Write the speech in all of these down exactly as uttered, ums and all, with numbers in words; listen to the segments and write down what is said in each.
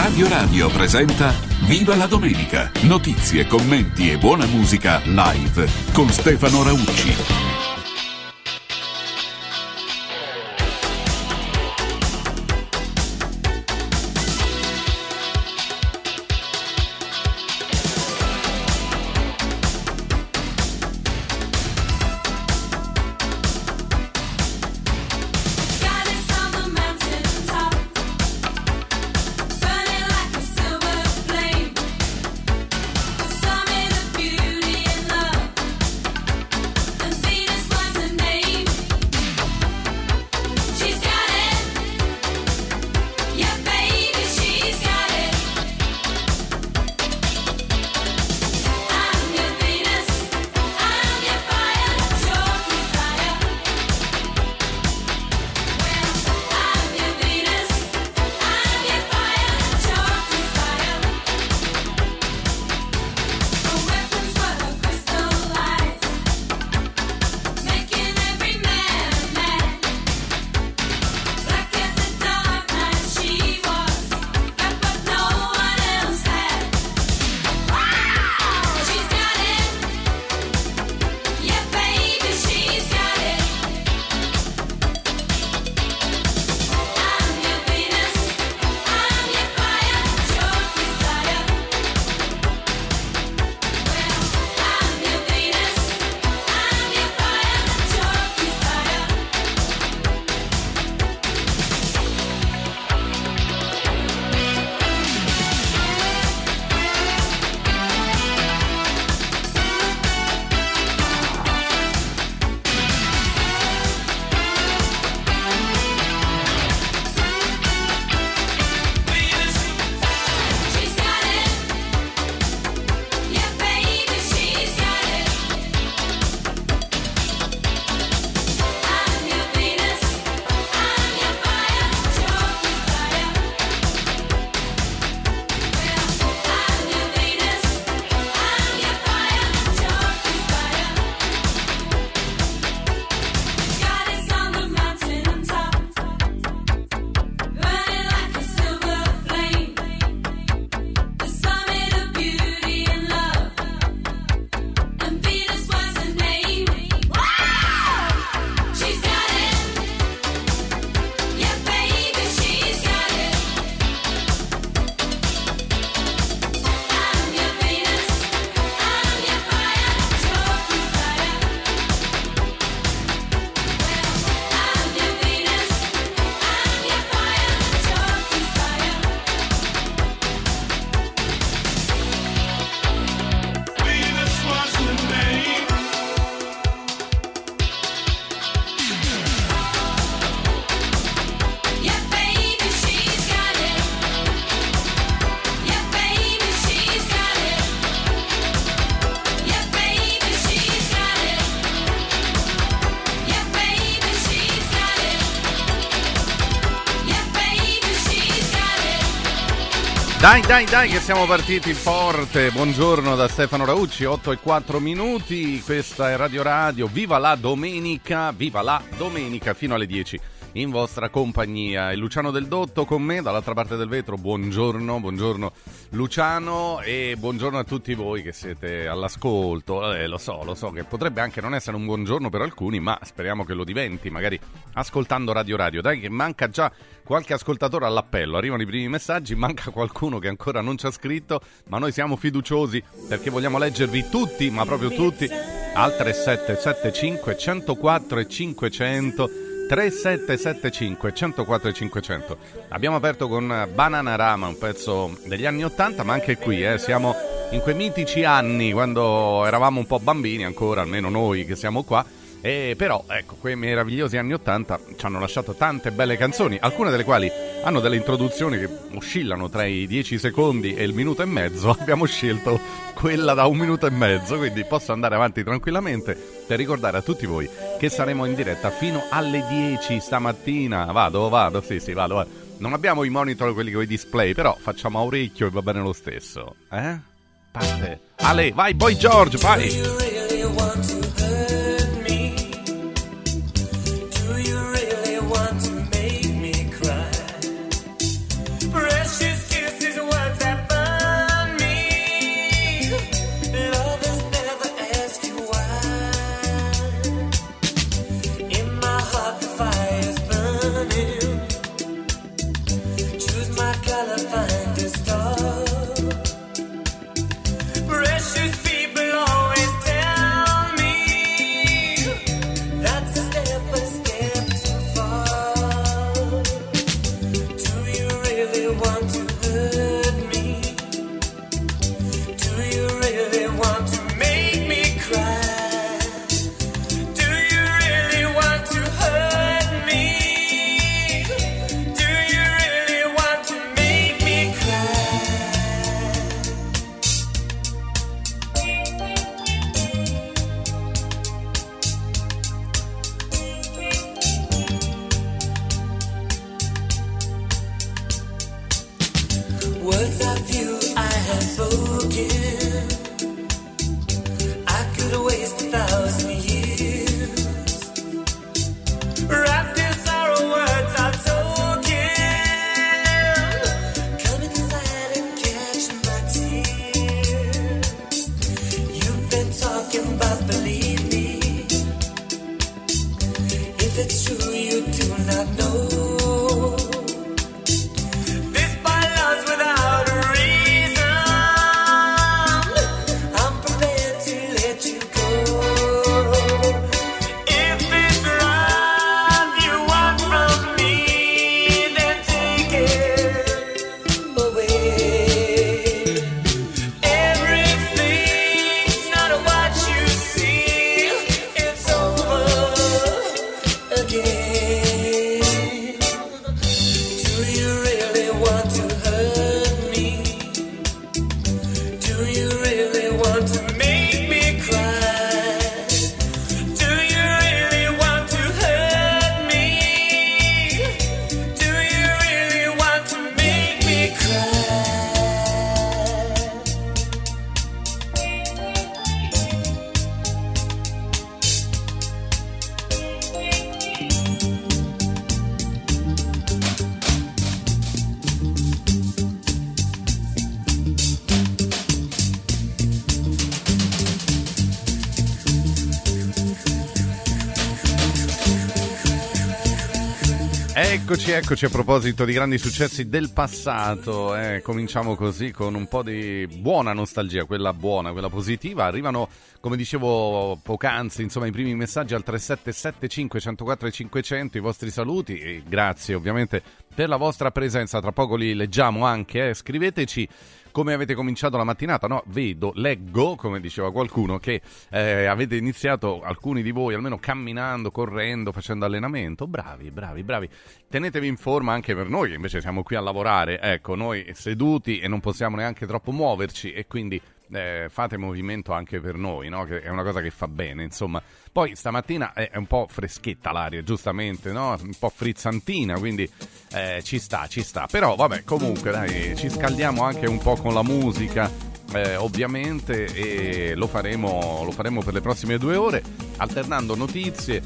Radio Radio presenta Viva la Domenica! Notizie, commenti e buona musica live con Stefano Raucci. Dai, dai, dai che siamo partiti forte. Buongiorno da Stefano Raucci, otto e quattro minuti. Questa è Radio Radio. Viva la domenica, viva la domenica fino alle dieci in vostra compagnia. E Luciano Del Dotto con me dall'altra parte del vetro. Buongiorno, buongiorno Luciano e buongiorno a tutti voi che siete all'ascolto. Eh, lo so, lo so che potrebbe anche non essere un buongiorno per alcuni, ma speriamo che lo diventi, magari ascoltando Radio Radio. Dai che manca già qualche ascoltatore all'appello, arrivano i primi messaggi, manca qualcuno che ancora non ci ha scritto, ma noi siamo fiduciosi perché vogliamo leggervi tutti, ma proprio tutti, al tre sette sette cinque uno zero quattro e cinquecento, tre sette sette cinque uno zero quattro e cinquecento. Abbiamo aperto con Bananarama, un pezzo degli anni ottanta, ma anche qui eh, siamo in quei mitici anni quando eravamo un po' bambini ancora, almeno noi che siamo qua. E però, ecco, quei meravigliosi anni ottanta ci hanno lasciato tante belle canzoni, alcune delle quali hanno delle introduzioni che oscillano tra i dieci secondi e il minuto e mezzo. Abbiamo scelto quella da un minuto e mezzo, quindi posso andare avanti tranquillamente per ricordare a tutti voi che saremo in diretta fino alle dieci stamattina. Vado, vado, sì, sì, vado, vado. Non abbiamo i monitor, quelli con i display, però facciamo a orecchio e va bene lo stesso. Eh? Parte. Ale, vai, Boy George, vai! Precious kisses Eccoci, eccoci a proposito di grandi successi del passato, eh, cominciamo così con un po' di buona nostalgia, quella buona, quella positiva. Arrivano, come dicevo poc'anzi, insomma, i primi messaggi al tre sette sette cinque uno zero quattro cinquecento, i vostri saluti e grazie ovviamente per la vostra presenza, tra poco li leggiamo anche, eh. Scriveteci come avete cominciato la mattinata, no? Vedo, leggo, come diceva qualcuno, che eh, avete iniziato, alcuni di voi, almeno camminando, correndo, facendo allenamento. Bravi, bravi, bravi. Tenetevi in forma anche per noi, che invece siamo qui a lavorare. Ecco, noi seduti e non possiamo neanche troppo muoverci e quindi eh, fate movimento anche per noi, no? Che è una cosa che fa bene, insomma. Poi stamattina è un po' freschetta l'aria, giustamente, no? Un po' frizzantina, quindi eh, ci sta, ci sta. Però vabbè, comunque dai, ci scaldiamo anche un po' con la musica, eh, ovviamente, e lo faremo, lo faremo per le prossime due ore, alternando notizie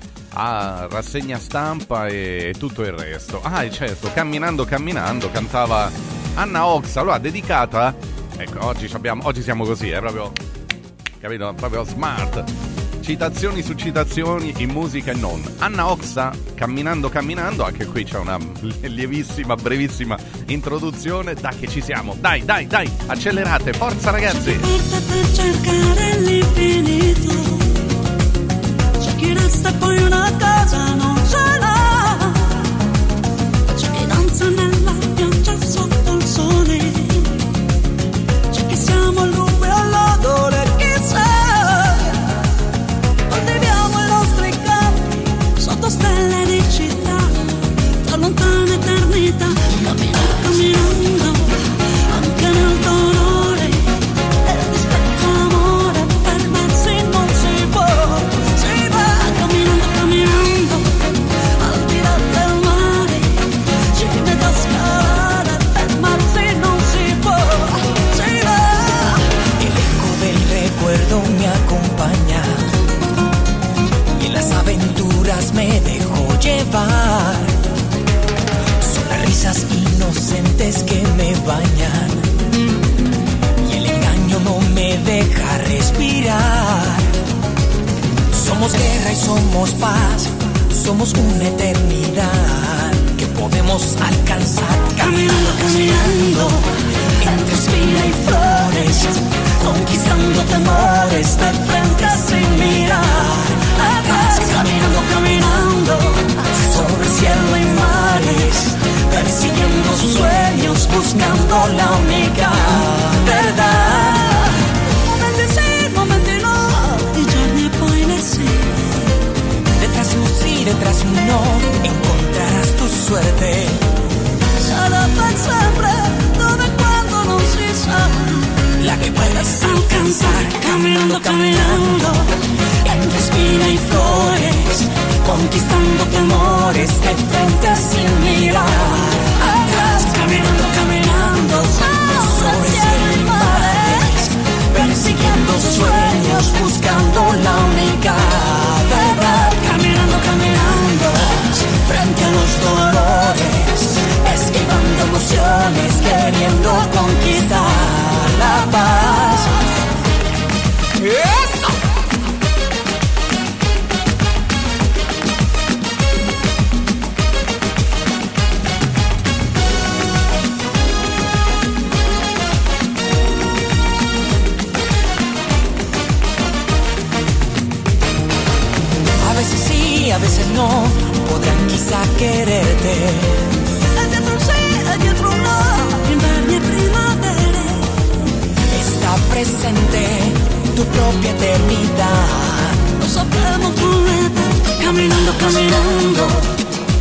a rassegna stampa e tutto il resto. Ah, e certo, camminando, camminando, cantava Anna Ox, allora dedicata, ecco, oggi, abbiamo, oggi siamo così, è eh, proprio, capito, proprio smart. Citazioni su citazioni in musica e non. Anna Oxa, Camminando Camminando, anche qui c'è una lievissima, brevissima introduzione. Dai che ci siamo, dai, dai, dai, accelerate, forza ragazzi. Per cercare l'infinito, c'è chi resta poi una cosa non ce l'ha, c'è chi danza nella pioggia sotto il sole, c'è chi siamo all'uve all'odore, chissà. Stelle di città, da lontana eternità, camminando, camminando, anche nel dolore, e dispetto amore, fermarsi non si può, si va, camminando, camminando, al di là del mare, ci viene da scalare, fermarsi non si può, si va. El eco del recuerdo me acompaña, y en las aventuras me dejo llevar, son las risas inocentes que me bañan y el engaño no me deja respirar. Somos guerra y somos paz, somos una eternidad que podemos alcanzar. Caminando, caminando, entre espina y flores, conquistando temores de frente sin mirar atrás, caminando, caminando, sobre cielo y mares, persiguiendo sueños, buscando la única verdad. Momenti sì, momenti no, i giorni e poi le sere. Detrás un sí, detrás un no, encontrarás tu suerte. Sarà per sempre, dove e quando non si sa. La que puedas alcanzar, caminando, caminando, entre espina y flores, conquistando temores de frente sin mirar atrás, caminando, caminando, sobre cielo y mares, persiguiendo sueños, buscando la única verdad, caminando, caminando, frente a los dolores, esquivando emociones, queriendo conquistar la paz. ¡Eso! A veces sí, a veces no, podrán quizá quererte. E dietro un sì, e dietro un no, inverni e primavere. Está presente tu propia eternidad. Lo sapremo con l'età, camminando, camminando.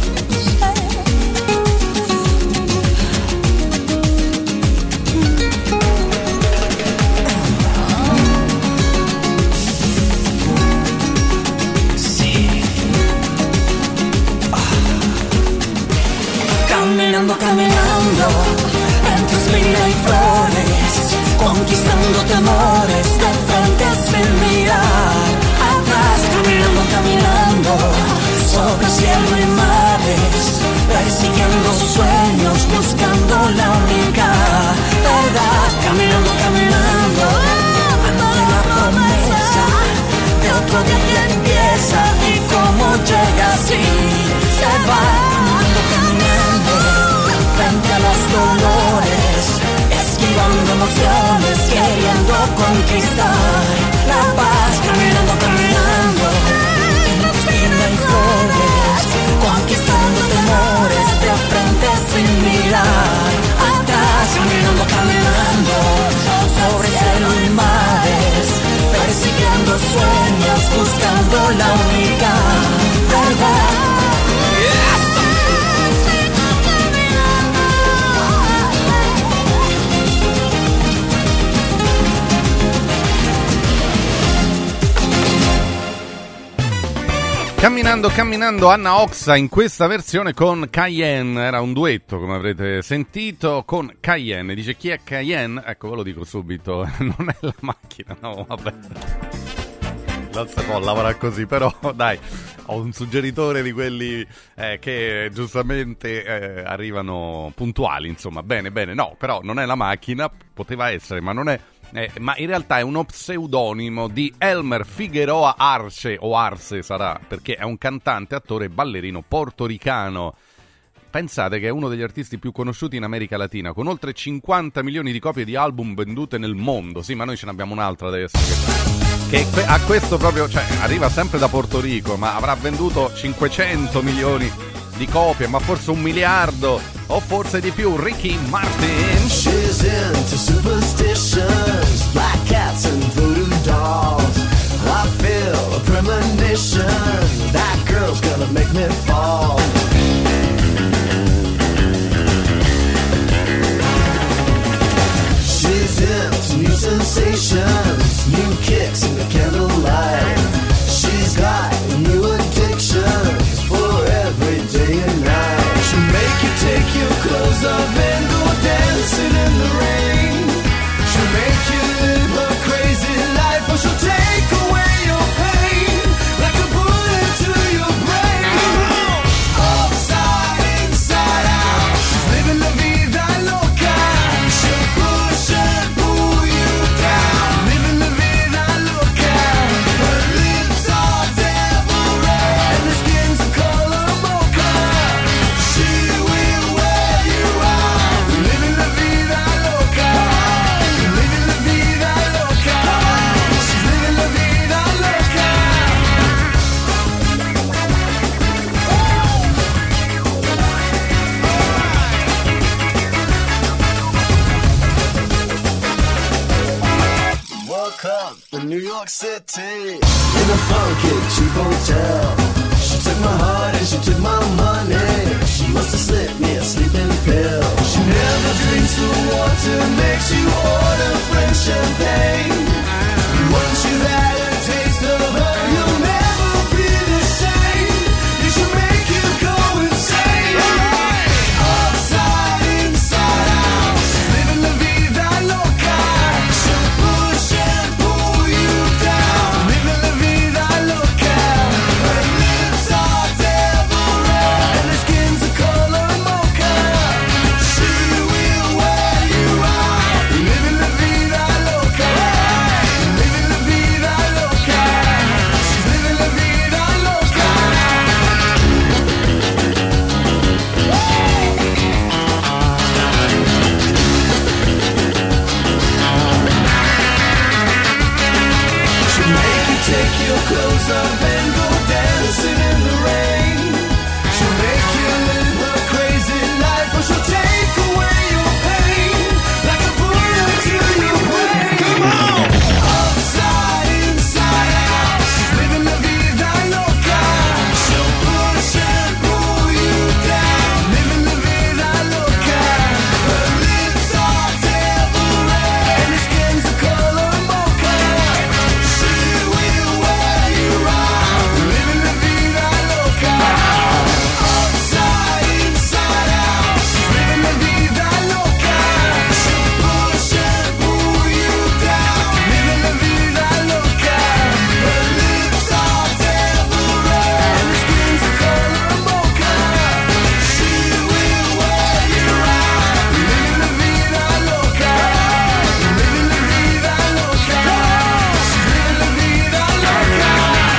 Caminando, caminando, entre espina y flores, conquistando temores de frente sin mirar atrás, caminando, caminando, sobre cielo y mares, persiguiendo sueños, buscando la única verdad, caminando, caminando, ante la promesa de otro día que empieza y cómo llega así se va, caminando, caminando, frente a los dolores, esquivando emociones, queriendo conquistar la paz, caminando, caminando, entre espina y flores, conquistando temores de frente sin mirar atrás, caminando, caminando, sobre cielo y mares, persiguiendo sueños, buscando la única verdad. Camminando, camminando, Anna Oxa in questa versione con Cayenne, era un duetto come avrete sentito con Cayenne, dice chi è Cayenne? Ecco ve lo dico subito, non è la macchina, no vabbè, non si può lavorare così, però dai, ho un suggeritore di quelli eh, che giustamente eh, arrivano puntuali, insomma, bene, bene, no, però non è la macchina, poteva essere, ma non è... Eh, ma in realtà è uno pseudonimo di Elmer Figueroa Arce, o Arce sarà, perché è un cantante, attore e ballerino portoricano. Pensate che è uno degli artisti più conosciuti in America Latina, con oltre cinquanta milioni di copie di album vendute nel mondo. Sì, ma noi ce ne abbiamo un'altra adesso che, che a questo proprio, cioè, arriva sempre da Porto Rico, ma avrà venduto cinquecento milioni di copie, ma forse un miliardo o forse di più. Ricky Martin. She's into superstitions, black cats and voodoo dolls. I feel a premonition, that girl's gonna make me fall. She's into new sensations, new kicks in the candlelight. She's got new addictions for every day and night. She'll make you take your clothes off and go dancing in the rain. She'll make you live a crazy life, or she'll take away your pain like a bullet to your brain. Upside, inside out, she's living la vida loca. She'll push and pull you down. in New York City, in a funky cheap hotel. She took my heart and she took my money. She must have slipped me a sleeping pill. She never drinks the water, makes you order French champagne. Once you've had a taste of her, you'll never be the same. You should make you go insane. Upside, inside out, she's living la vida loca. She'll push and pull you down, living la vida loca. Her lips are devil red and her skin's the color mocha. She will wear you out, living la vida loca. Living la vida loca. She's living la vida loca. She'll make you take your clothes off and go dancing in the rain. She'll make you live her crazy life, or she'll take away your pain like a bullet to your brain. Come on! Upside, inside out, she's living la vida loca. She'll push and pull you down, living la vida loca. Her lips are devil red and her skin's the color mocha. She will wear you out, living la vida loca. Upside, inside out, she's living la vida loca. She'll push and pull you down, living la vida loca. Her lips are devil red and her skin's the color mocha. She will wear you out, living la vida loca. Living la vida loca. She's living la vida loca.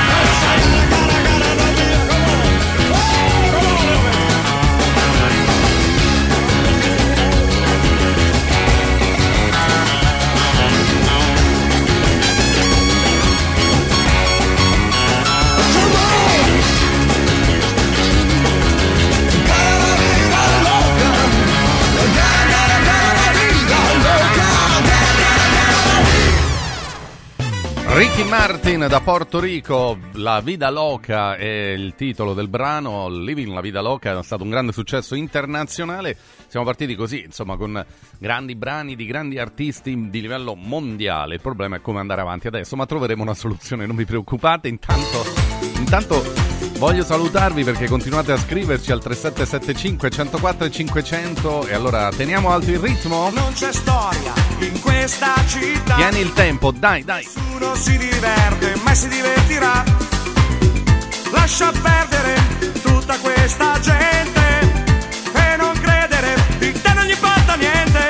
Ricky Martin da Porto Rico, La Vida Loca è il titolo del brano. Living la Vida Loca è stato un grande successo internazionale. Siamo partiti così, insomma, con grandi brani di grandi artisti di livello mondiale. Il problema è come andare avanti adesso, ma troveremo una soluzione, non vi preoccupate. Intanto, intanto voglio salutarvi perché continuate a scriverci al tre sette sette cinque, uno zero quattro e cinquecento. E allora teniamo alto il ritmo. Non c'è storia in questa città. Tieni il tempo, dai, dai. Nessuno si diverte, mai si divertirà. Lascia perdere tutta questa gente e non credere, di te non gli importa niente.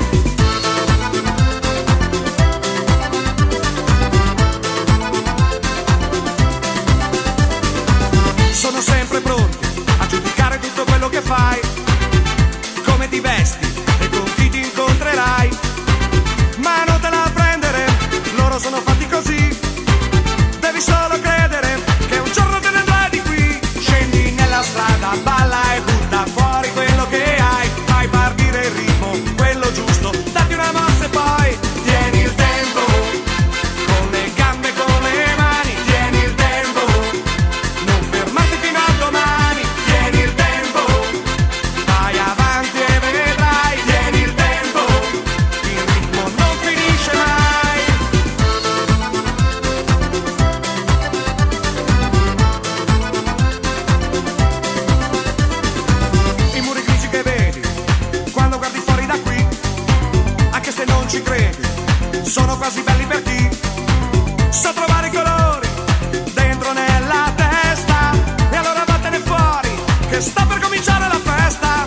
Sono sempre pronti a giudicare tutto quello che fai, come ti vesti e con chi ti incontrerai. Ma non te la prendere, loro sono fatti così. Devi solo credere che un giorno te ne andrai di qui. Scendi nella strada, balla e butta fuori quello che hai. Fai partire il ritmo, quello giusto, datti una mossa e poi tieni il tempo. Con le gambe e con le mani, tieni il tempo. Non fermarti fino a domani, tieni il tempo. Vai avanti e vedrai, tieni il tempo. Il ritmo non finisce mai. I muri grigi che vedi quando guardi fuori da qui, anche se non ci credi, sono quasi belli per chi sa trovare i colori dentro nella testa. E allora vattene fuori, che sta per cominciare la festa.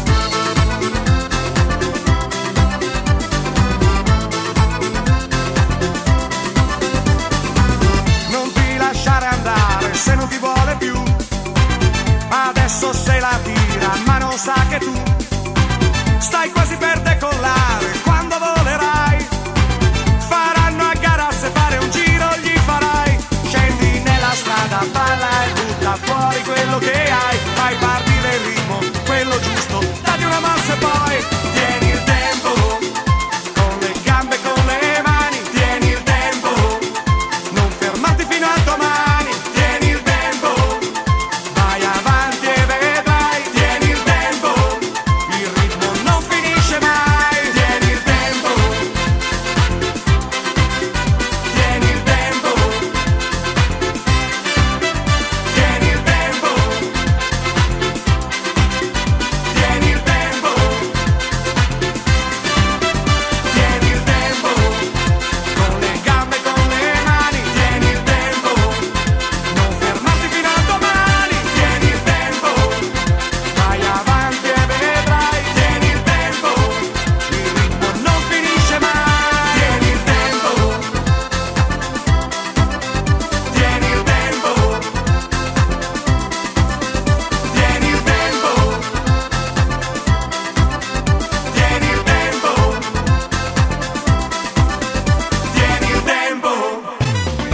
Non ti lasciare andare se non ti vuole più. Adesso se la tira, ma non sa che tu stai quasi per decollare. Quando volerai, faranno a gara se fare un giro gli farai. Scendi nella strada, balla e butta fuori quello che hai. Fai partire il ritmo, quello giusto, dati una mossa e poi tieni il tempo. Con le gambe e con le mani, tieni il tempo.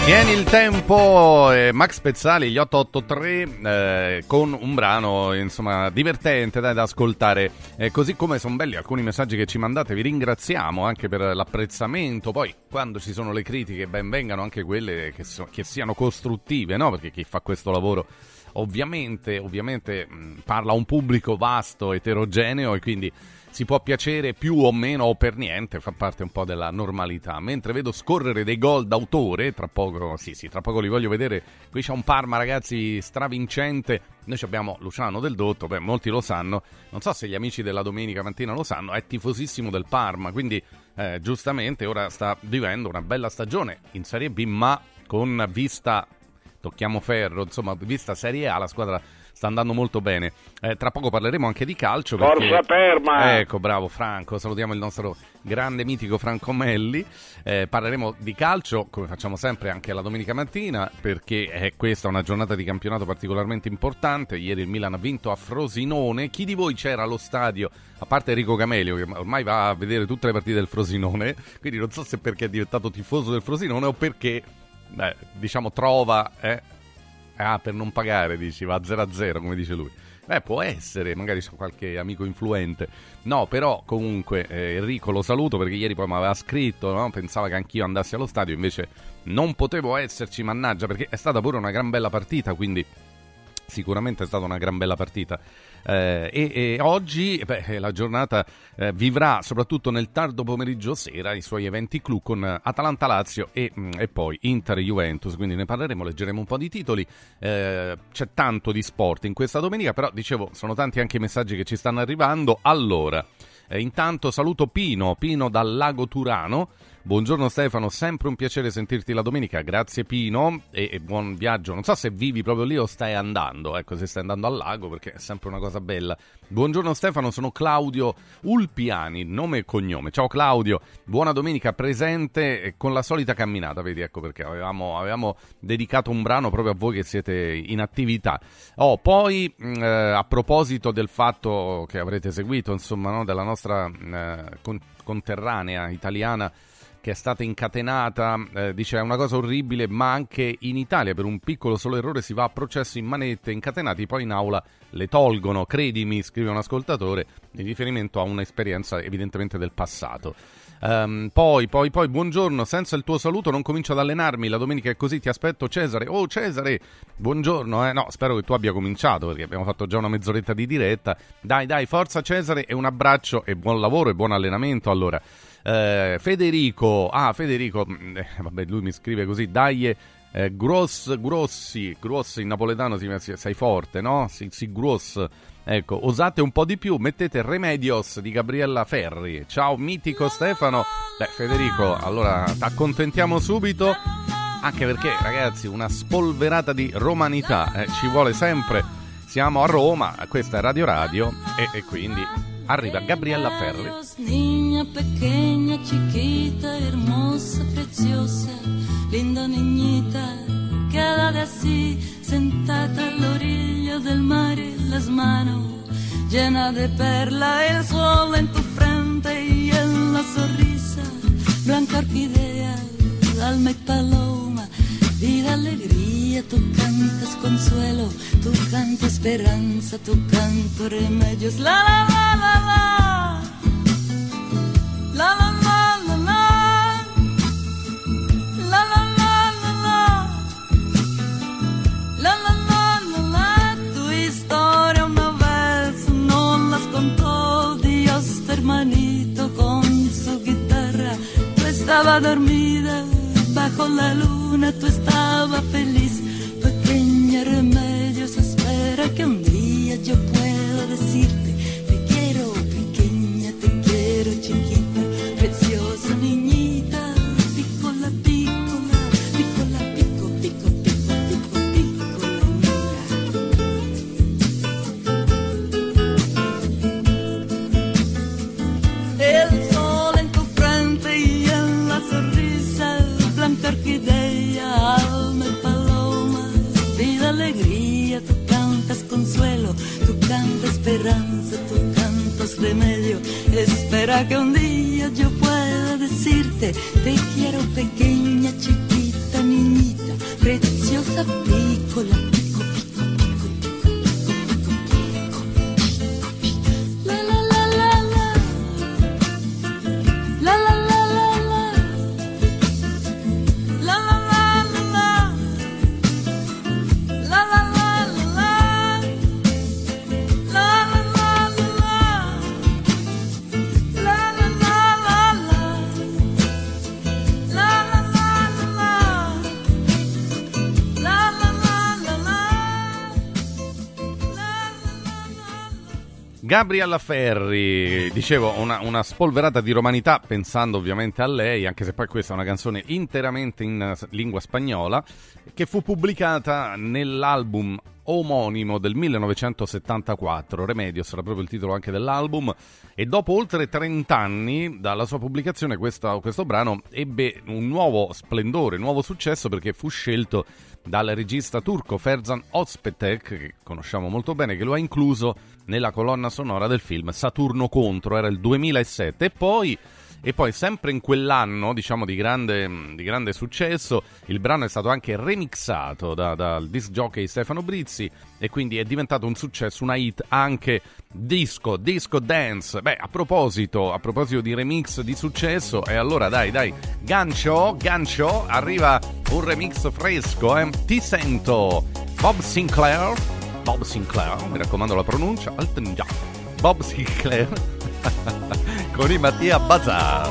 Tieni il tempo, eh, Max Pezzali, gli otto otto tre, eh, con un brano insomma divertente dai, da ascoltare, eh, così come sono belli alcuni messaggi che ci mandate, vi ringraziamo anche per l'apprezzamento. Poi quando ci sono le critiche ben vengano anche quelle che, so, che siano costruttive, no? Perché chi fa questo lavoro ovviamente, ovviamente mh, parla a un pubblico vasto, eterogeneo, e quindi si può piacere più o meno o per niente, fa parte un po' della normalità. Mentre vedo scorrere dei gol d'autore, tra poco, sì sì, tra poco li voglio vedere. Qui c'è un Parma, ragazzi, stravincente. Noi abbiamo Luciano Del Dotto, beh, molti lo sanno, non so se gli amici della domenica mattina lo sanno, è tifosissimo del Parma, quindi eh, giustamente ora sta vivendo una bella stagione in Serie B, ma con vista, tocchiamo ferro, insomma, vista Serie A, la squadra sta andando molto bene. Eh, tra poco parleremo anche di calcio. Perché... Forza Parma! Ecco, bravo Franco, salutiamo il nostro grande mitico Franco Melli. Eh, parleremo di calcio, come facciamo sempre anche la domenica mattina, perché è questa una giornata di campionato particolarmente importante. Ieri il Milan ha vinto a Frosinone. Chi di voi c'era allo stadio? A parte Enrico Camelio, che ormai va a vedere tutte le partite del Frosinone, quindi non so se perché è diventato tifoso del Frosinone o perché, beh, diciamo, trova... Eh, Ah, per non pagare, dici, va a zero a zero, come dice lui. Beh, può essere, magari c'è qualche amico influente. No, però, comunque, eh, Enrico lo saluto perché ieri poi mi aveva scritto, no? Pensava che anch'io andassi allo stadio, invece non potevo esserci, mannaggia, perché è stata pure una gran bella partita, quindi sicuramente è stata una gran bella partita. Eh, e, e oggi beh, la giornata eh, vivrà soprattutto nel tardo pomeriggio sera i suoi eventi clou con Atalanta-Lazio e, mh, e poi Inter-Juventus, quindi ne parleremo, leggeremo un po' di titoli. Eh, c'è tanto di sport in questa domenica, però dicevo sono tanti anche i messaggi che ci stanno arrivando. Allora, eh, intanto saluto Pino, Pino dal Lago Turano. Buongiorno Stefano, sempre un piacere sentirti la domenica, grazie Pino e, e buon viaggio. Non so se vivi proprio lì o stai andando, ecco, se stai andando al lago, perché è sempre una cosa bella. Buongiorno Stefano, sono Claudio Ulpiani, nome e cognome. Ciao Claudio, buona domenica, presente con la solita camminata, vedi, ecco perché avevamo, avevamo dedicato un brano proprio a voi che siete in attività. Oh, poi eh, a proposito del fatto che avrete seguito, insomma, no, della nostra eh, con- conterranea italiana che è stata incatenata, eh, dice è una cosa orribile, ma anche in Italia per un piccolo solo errore si va a processo in manette incatenati, poi in aula le tolgono, credimi, scrive un ascoltatore, in riferimento a un'esperienza evidentemente del passato. Um, poi, poi, poi, buongiorno, senza il tuo saluto non comincio ad allenarmi, la domenica è così, ti aspetto Cesare. Oh Cesare, buongiorno, eh, no, spero che tu abbia cominciato perché abbiamo fatto già una mezz'oretta di diretta. Dai, dai, forza Cesare e un abbraccio e buon lavoro e buon allenamento. Allora, eh, Federico, ah Federico, eh, vabbè lui mi scrive così, dai, eh, gross, grossi, grossi in napoletano si, sei forte, no? Si, si gross. Ecco, osate un po' di più, mettete Remedios di Gabriella Ferri. Ciao mitico Stefano. Beh Federico, allora ti accontentiamo subito, anche perché ragazzi una spolverata di romanità eh, ci vuole sempre. Siamo a Roma, questa è Radio Radio e, e quindi arriva Gabriella Ferri. Niña pequeña, chiquita, hermosa, preciosa, linda niñita, quédate así, sentada a la orilla del mar y las manos llenas de perla, el sol en tu frente y en la sonrisa, blanca orquídea, alma y paloma, vida, alegría, tú cantas consuelo, tú cantas esperanza, tú cantas remedios, la la la la la, la la la la la, la la la la la, la la la la la, tu historia una vez nos las contó Dios, tu hermanito con su guitarra, tú estabas dormida bajo la luna, tú estabas feliz, pequeña Remedios, espera que un día yo pueda decirte, te quiero pequeña, te quiero chiquita, preciosa niñita, pícola, pícola, pícola, pico, pico, pico, pico, pícola, mira. El sol en tu frente y en la sonrisa, blanca orquídea, alma y paloma, vida, alegría, tú cantas consuelo, tú cantas esperanza, tú cantas remedio, espera que un día yo pueda decirte, te quiero pequeña, chiquita, niñita, preziosa piccola. La la la la la. La la la la la. La la la la. La la la la. La la la la. La la la la. La la la la. La la la la la. Gabriella Ferri, dicevo, una, una spolverata di romanità, pensando ovviamente a lei, anche se poi questa è una canzone interamente in lingua spagnola, che fu pubblicata nell'album omonimo del millenovecentosettantaquattro, Remedios era proprio il titolo anche dell'album, e dopo oltre trenta anni dalla sua pubblicazione questa, questo brano ebbe un nuovo splendore, un nuovo successo, perché fu scelto dal regista turco Ferzan Özpetek, che conosciamo molto bene, che lo ha incluso nella colonna sonora del film Saturno Contro, era il duemilasette, e poi... E poi sempre in quell'anno, diciamo, di grande, di grande successo, il brano è stato anche remixato da, dal disc jockey Stefano Brizzi, e quindi è diventato un successo, una hit anche disco, disco dance. Beh, a proposito, a proposito di remix di successo, e allora dai, dai, gancio, gancio, arriva un remix fresco, eh? Ti sento, Bob Sinclair, Bob Sinclair, mi raccomando la pronuncia, Bob Sinclair, con i Mattia Bazar.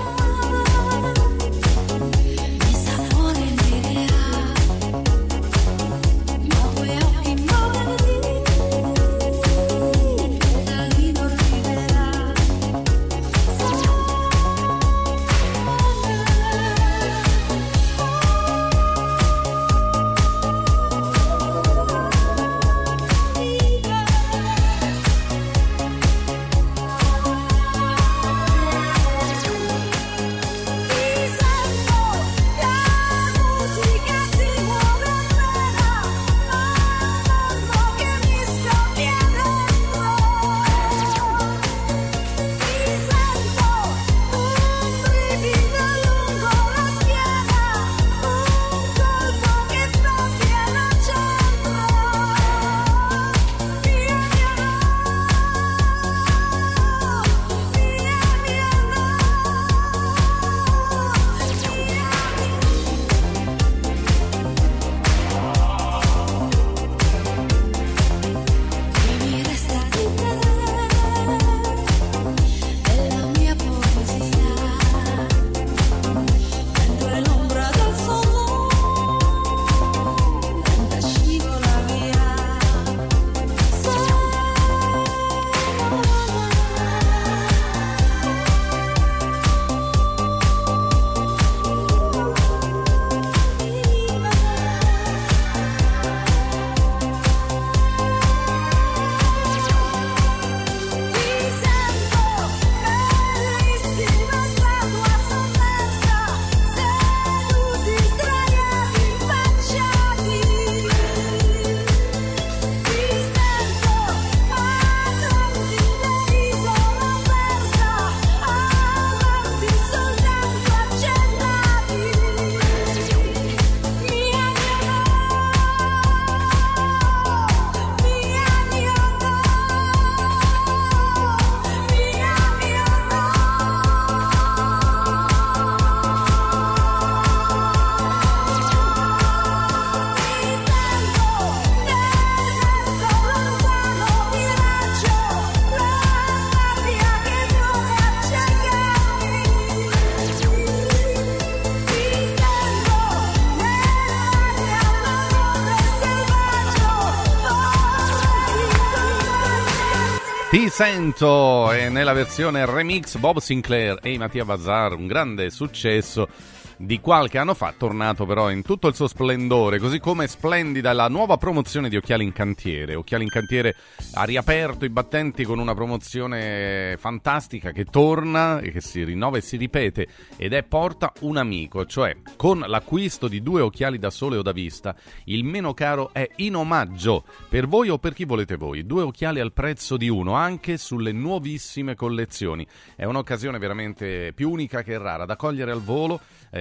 Ti sento, e nella versione remix Bob Sinclair e Mattia Bazar, un grande successo di qualche anno fa, tornato però in tutto il suo splendore, così come splendida la nuova promozione di Occhiali in Cantiere. Occhiali in Cantiere ha riaperto i battenti con una promozione fantastica che torna e che si rinnova e si ripete, ed è Porta un amico, cioè con l'acquisto di due occhiali da sole o da vista il meno caro è in omaggio per voi o per chi volete voi, due occhiali al prezzo di uno anche sulle nuovissime collezioni. È un'occasione veramente più unica che rara da cogliere al volo. Eh,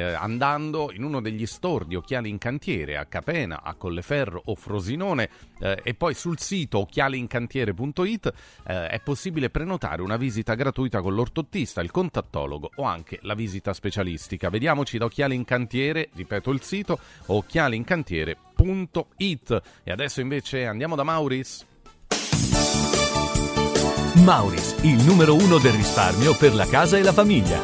eh, andando in uno degli store di Occhiali in Cantiere a Capena, a Colleferro o Frosinone, eh, e poi sul sito occhialincantiere punto it eh, è possibile prenotare una visita gratuita con l'ortottista, il contattologo o anche la visita specialistica. Vediamoci da Occhiali in Cantiere, ripeto il sito occhialincantiere punto it. E adesso invece andiamo da Mauris. Mauris, il numero uno del risparmio per la casa e la famiglia.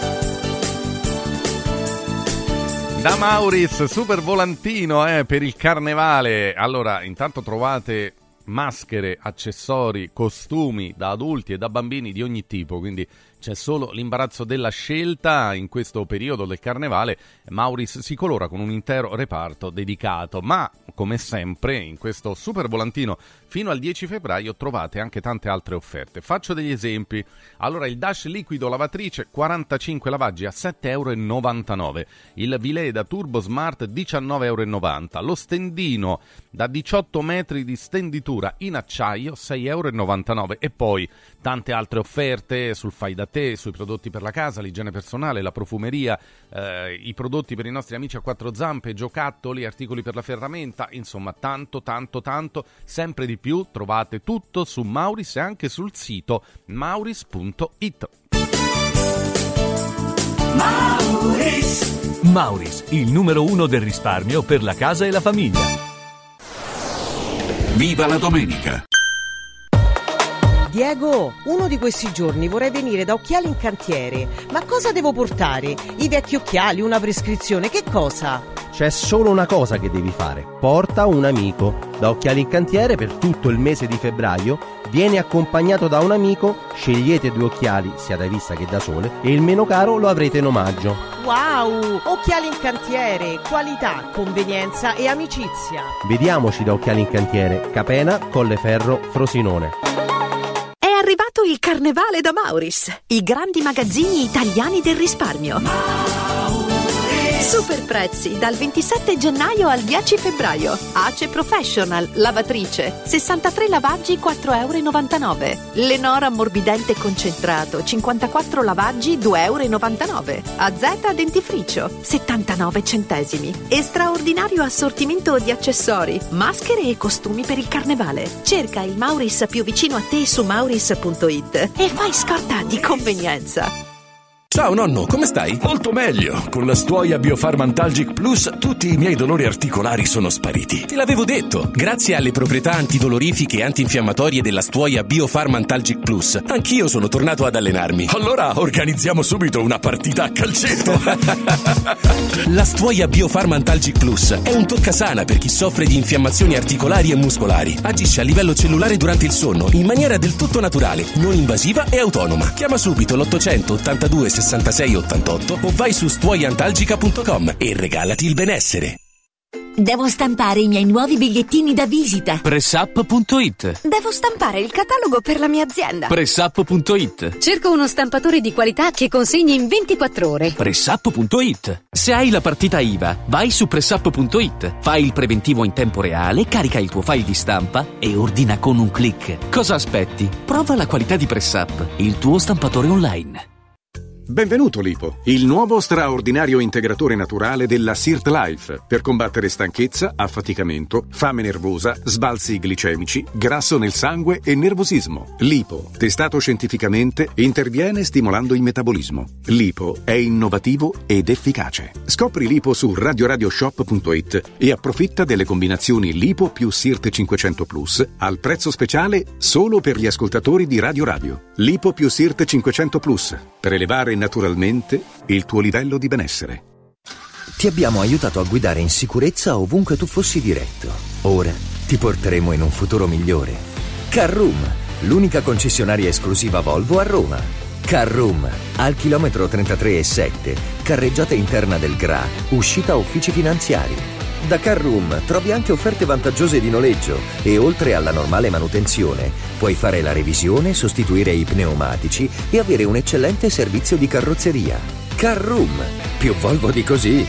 Da Mauris, super volantino eh, per il carnevale. Allora, intanto trovate maschere, accessori, costumi da adulti e da bambini di ogni tipo, quindi c'è solo l'imbarazzo della scelta. In questo periodo del carnevale Mauris si colora con un intero reparto dedicato, ma come sempre in questo super volantino fino al dieci febbraio trovate anche tante altre offerte. Faccio degli esempi. Allora, il Dash liquido lavatrice quarantacinque lavaggi a sette virgola novantanove euro, il Vileda Turbo Smart diciannove virgola novanta euro, lo stendino da diciotto metri di stenditura in acciaio sei virgola novantanove euro, e poi tante altre offerte sul fai da te, sui prodotti per la casa, l'igiene personale, la profumeria, eh, i prodotti per i nostri amici a quattro zampe, giocattoli, articoli per la ferramenta, insomma tanto tanto tanto, sempre di più. Trovate tutto su Mauris e anche sul sito mauris punto it. Mauris. Mauris, il numero uno del risparmio per la casa e la famiglia. Viva la domenica! Diego, uno di questi giorni vorrei venire da Occhiali in Cantiere. Ma cosa devo portare? I vecchi occhiali, una prescrizione, che cosa? C'è solo una cosa che devi fare: porta un amico. Da Occhiali in Cantiere per tutto il mese di febbraio vieni accompagnato da un amico, scegliete due occhiali sia da vista che da sole e il meno caro lo avrete in omaggio. Wow! Occhiali in Cantiere, qualità, convenienza e amicizia. Vediamoci da Occhiali in Cantiere, Capena, Colleferro, Frosinone. È arrivato il carnevale da Mauris, i grandi magazzini italiani del risparmio. Super prezzi dal ventisette gennaio al dieci febbraio. Ace Professional, lavatrice, sessantatré lavaggi quattro virgola novantanove euro. Lenora ammorbidente concentrato, cinquantaquattro lavaggi due virgola novantanove euro. A Z dentifricio, settantanove centesimi. E straordinario assortimento di accessori, maschere e costumi per il carnevale. Cerca il Mauris più vicino a te su mauris punto it e fai scorta di convenienza. Ciao nonno, come stai? Molto meglio. Con la Stuoia Biofarmantalgic Plus tutti i miei dolori articolari sono spariti. Te l'avevo detto. Grazie alle proprietà antidolorifiche e antinfiammatorie della Stuoia Biofarmantalgic Plus, anch'io sono tornato ad allenarmi. Allora organizziamo subito una partita a calcetto. La Stuoia Biofarmantalgic Plus è un toccasana per chi soffre di infiammazioni articolari e muscolari. Agisce a livello cellulare durante il sonno in maniera del tutto naturale, non invasiva e autonoma. Chiama subito l'ottocento ottantadue sessantasei ottantotto o vai su stuoiantalgica punto com e regalati il benessere. Devo stampare i miei nuovi bigliettini da visita. pressup punto it. Devo stampare il catalogo per la mia azienda. pressup punto it. Cerco uno stampatore di qualità che consegni in ventiquattro ore. pressup punto it. Se hai la partita I V A, vai su pressup punto it. Fai il preventivo in tempo reale, carica il tuo file di stampa e ordina con un click. Cosa aspetti? Prova la qualità di Pressup, il tuo stampatore online. Benvenuto Lipo, il nuovo straordinario integratore naturale della Sirt Life per combattere stanchezza, affaticamento, fame nervosa, sbalzi glicemici, grasso nel sangue e nervosismo. Lipo, testato scientificamente, interviene stimolando il metabolismo. Lipo è innovativo ed efficace. Scopri Lipo su radio radio shop punto it e approfitta delle combinazioni Lipo più Sirt cinquecento Plus al prezzo speciale solo per gli ascoltatori di Radio Radio. Lipo più Sirt cinquecento Plus per elevare naturalmente il tuo livello di benessere. Ti abbiamo aiutato a guidare in sicurezza ovunque tu fossi diretto. Ora ti porteremo in un futuro migliore. Carroom, l'unica concessionaria esclusiva Volvo a Roma. Carroom, al chilometro trentatré e sette, carreggiata interna del Gra, uscita uffici finanziari. Da Carroom trovi anche offerte vantaggiose di noleggio e oltre alla normale manutenzione puoi fare la revisione, sostituire i pneumatici e avere un eccellente servizio di carrozzeria. Carroom, più Volvo di così.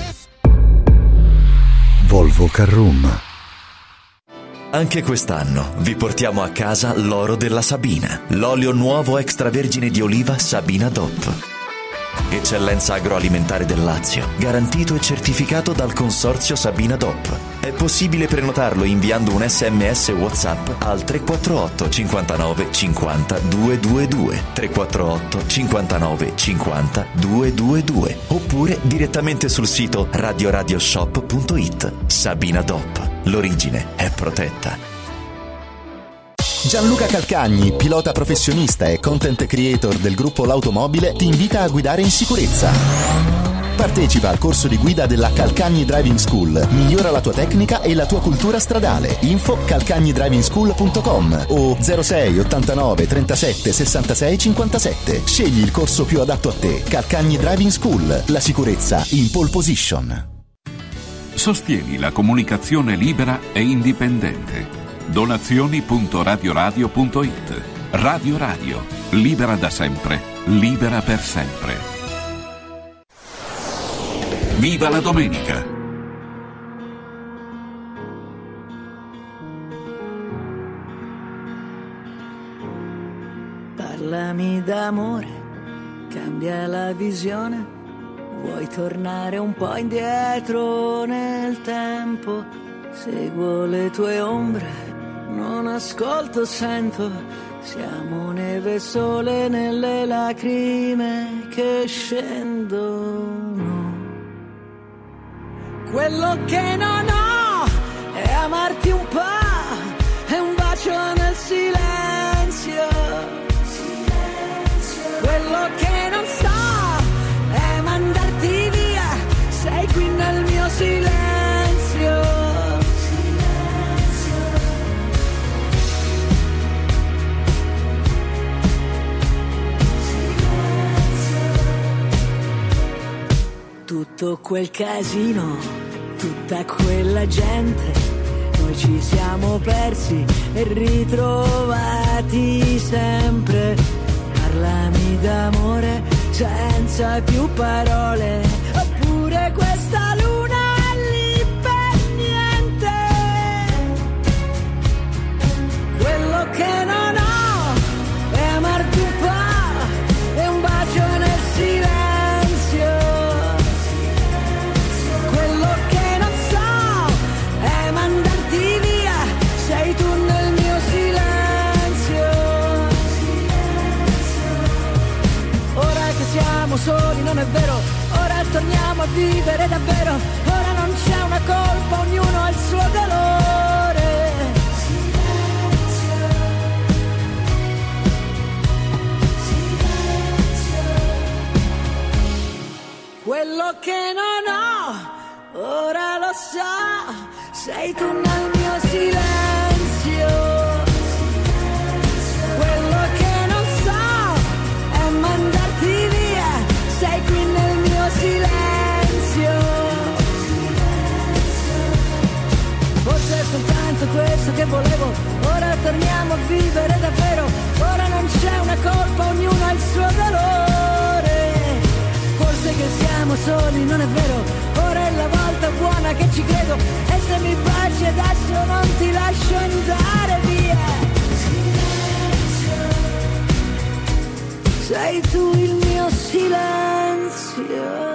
Volvo Carroom. Anche quest'anno vi portiamo a casa l'oro della Sabina, l'olio nuovo extravergine di oliva Sabina D O P. Eccellenza agroalimentare del Lazio, garantito e certificato dal consorzio Sabina D O P. È possibile prenotarlo inviando un sms WhatsApp al tre quattro otto cinquantanove cinquanta duecentoventidue, tre quattro otto cinquantanove cinquanta duecentoventidue, oppure direttamente sul sito radio radio shop punto it. Sabina D O P, l'origine è protetta. Gianluca Calcagni, pilota professionista e content creator del gruppo L'Automobile, ti invita a guidare in sicurezza. Partecipa al corso di guida della Calcagni Driving School. Migliora la tua tecnica e la tua cultura stradale. Info calcagni driving school punto com o zero sei ottantanove trentasette sessantasei cinquantasette. Scegli il corso più adatto a te. Calcagni Driving School. La sicurezza in pole position. Sostieni la comunicazione libera e indipendente. Donazioni punto radioradio punto it. Radio Radio, libera da sempre, libera per sempre. Viva la domenica! Parlami d'amore, cambia la visione. Vuoi tornare un po' indietro nel tempo? Seguo le tue ombre, non ascolto, sento, siamo neve e sole nelle lacrime che scendono. Quello che non ho è amarti un po', è un bacio nel silenzio. Quello che non so è mandarti via, sei qui nel mio silenzio. Tutto quel casino, tutta quella gente, noi ci siamo persi e ritrovati sempre. Parlami d'amore senza più parole, oppure questa luna è lì per niente. Quello che non ho è amarti un po', è un bacio nel silenzio. Soli, non è vero, ora torniamo a vivere davvero, ora non c'è una colpa, ognuno ha il suo dolore. Silenzio. Silenzio. Quello che non ho, ora lo so, sei tu nel mio silenzio. Quello che non so è mandarti via, sei qui nel mio silenzio. Forse è soltanto questo che volevo, ora torniamo a vivere davvero, ora non c'è una colpa, ognuno ha il suo dolore. Forse che siamo soli, non è vero, ora è la volta buona che ci credo, e se mi baci adesso non ti lascio andare via. Sei tu il mio silenzio.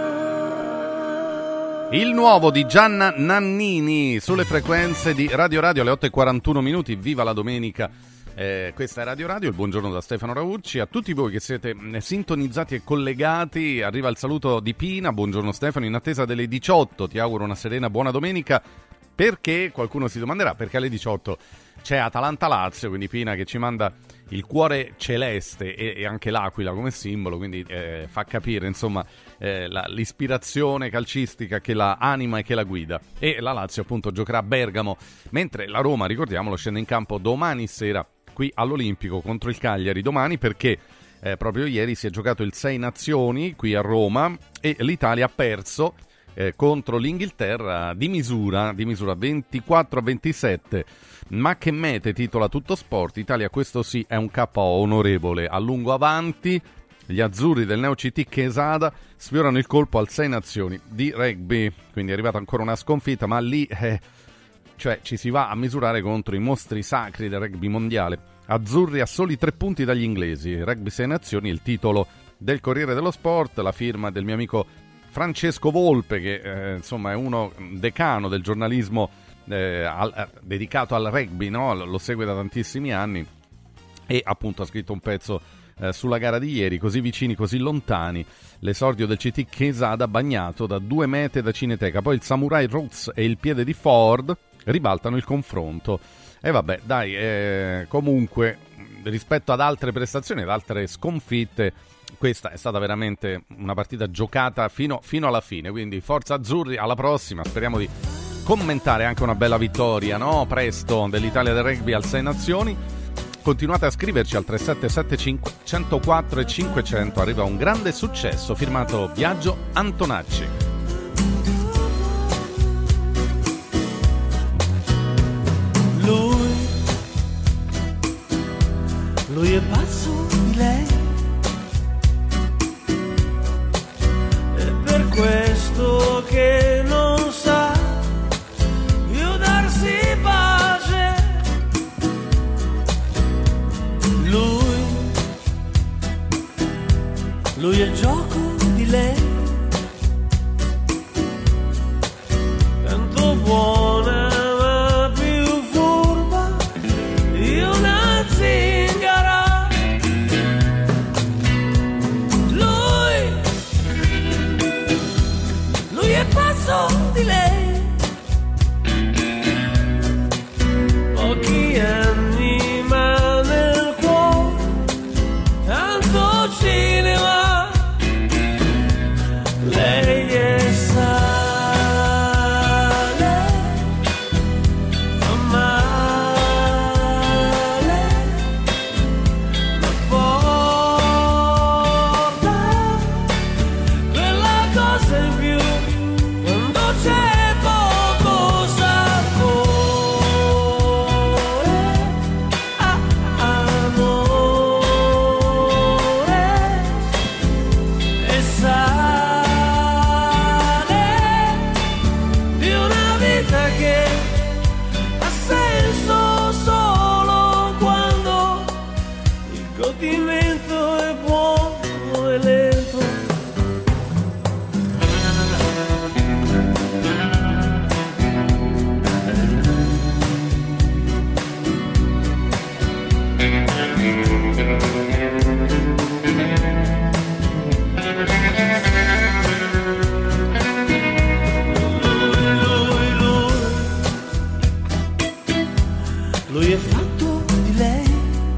Il nuovo di Gianna Nannini sulle frequenze di Radio Radio alle otto e quarantuno minuti. Viva la domenica. Eh, questa è Radio Radio, il buongiorno da Stefano Raucci. A tutti voi che siete sintonizzati e collegati arriva il saluto di Pina. Buongiorno Stefano, in attesa delle diciotto ti auguro una serena buona domenica. Perché qualcuno si domanderà, perché alle diciotto c'è Atalanta-Lazio, quindi Pina che ci manda il cuore celeste e, e anche l'aquila come simbolo, quindi eh, fa capire insomma eh, la, l'ispirazione calcistica che la anima e che la guida. E la Lazio appunto giocherà a Bergamo, mentre la Roma, ricordiamolo, scende in campo domani sera qui all'Olimpico contro il Cagliari, domani perché eh, proprio ieri si è giocato il Sei Nazioni qui a Roma e l'Italia ha perso Eh, contro l'Inghilterra di misura, di misura ventiquattro a ventisette. Ma che mete, titola Tutto Sport. Italia, questo sì, è un K O onorevole. A lungo avanti, gli azzurri del Neo C T Chiesada sfiorano il colpo al Sei Nazioni di rugby. Quindi è arrivata ancora una sconfitta, ma lì eh, cioè ci si va a misurare contro i mostri sacri del rugby mondiale. Azzurri a soli tre punti dagli inglesi. Rugby Sei Nazioni, il titolo del Corriere dello Sport, la firma del mio amico Francesco Volpe, che eh, insomma è uno decano del giornalismo eh, al, eh, dedicato al rugby, no? Lo segue da tantissimi anni e appunto ha scritto un pezzo eh, sulla gara di ieri, così vicini, così lontani, l'esordio del C T Quesada bagnato da due mete da Cineteca, poi il Samurai Roots e il piede di Ford ribaltano il confronto. E vabbè, dai, eh, comunque rispetto ad altre prestazioni, ad altre sconfitte, questa è stata veramente una partita giocata fino, fino alla fine, quindi forza azzurri, alla prossima, speriamo di commentare anche una bella vittoria, no? Presto, dell'Italia del rugby al Sei Nazioni. Continuate a scriverci al tre sette sette cinque zero zero quattro e cinquecento, arriva un grande successo firmato Biagio Antonacci. Lui, lui è pazzo di lei, è per questo che non sa più darsi pace. Lui, lui è il gioco di lei, tanto buona ma più furba di una zingara. Lui, lui è pazzo di lei, pochi anni ma nel cuore tanto cinema. Lei è sale, fa male, ma porta quella cosa in più quando c'è poco sapore. Ah, amore, e sale di una vita che ha senso solo quando il godimento è buono e lento. Lui, lui, lui è fatto di lei,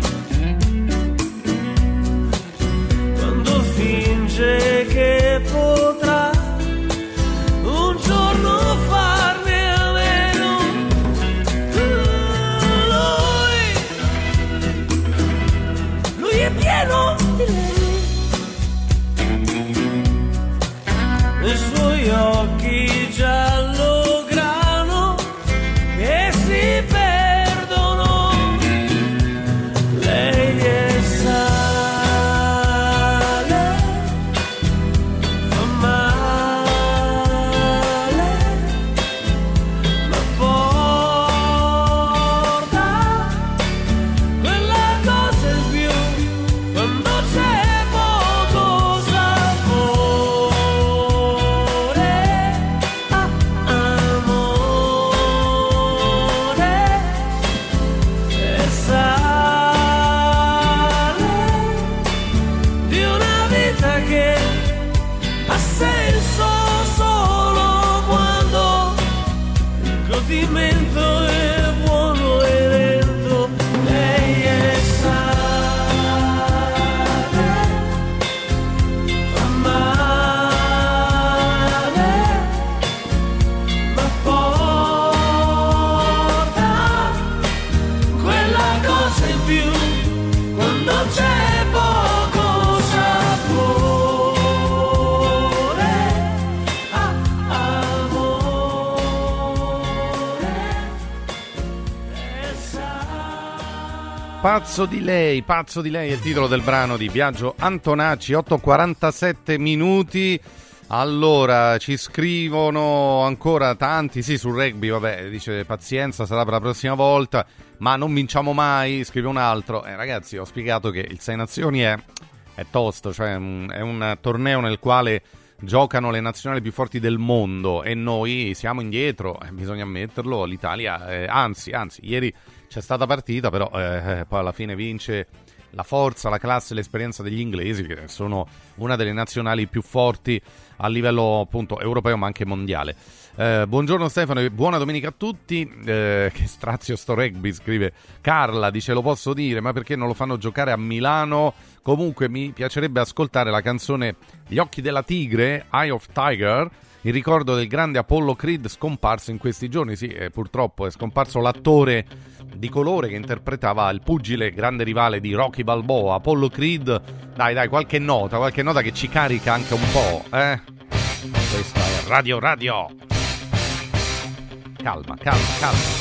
quando finge che potrà un giorno farne a meno. Lui, lui è pieno di lei, nei suoi occhi giallo grano che si perdono. Lei è sale, fa male, ma porta quella cosa in più quando c'è poco sapore. Ah, amore, e sale di una vita che ha senso solo quando il godimento è buono e lento. Lei è sale, fa male, ma porta quella cosa in più quando c'è poco sapore. Ah, amore, e Pazzo di lei, pazzo di lei è il titolo del brano di Biagio Antonacci, otto e quarantasette minuti. Allora, ci scrivono ancora tanti, sì, sul rugby, vabbè, dice pazienza, sarà per la prossima volta, ma non vinciamo mai, scrive un altro. Eh, ragazzi, ho spiegato che il Sei Nazioni è è tosto, cioè è un, è un torneo nel quale giocano le nazionali più forti del mondo e noi siamo indietro, eh, bisogna ammetterlo, l'Italia, eh, anzi, anzi, ieri c'è stata partita, però eh, poi alla fine vince la forza, la classe e l'esperienza degli inglesi, che sono una delle nazionali più forti a livello appunto europeo ma anche mondiale. Eh, buongiorno Stefano e buona domenica a tutti. Eh, che strazio sto rugby, scrive Carla, dice lo posso dire, ma perché non lo fanno giocare a Milano? Comunque mi piacerebbe ascoltare la canzone Gli occhi della tigre, Eye of Tiger, in ricordo del grande Apollo Creed scomparso in questi giorni. Sì, eh, purtroppo è scomparso l'attore di colore che interpretava il pugile grande rivale di Rocky Balboa, Apollo Creed. Dai, dai, qualche nota, qualche nota che ci carica anche un po', eh? Questa è Radio Radio. Calma, calma, calma.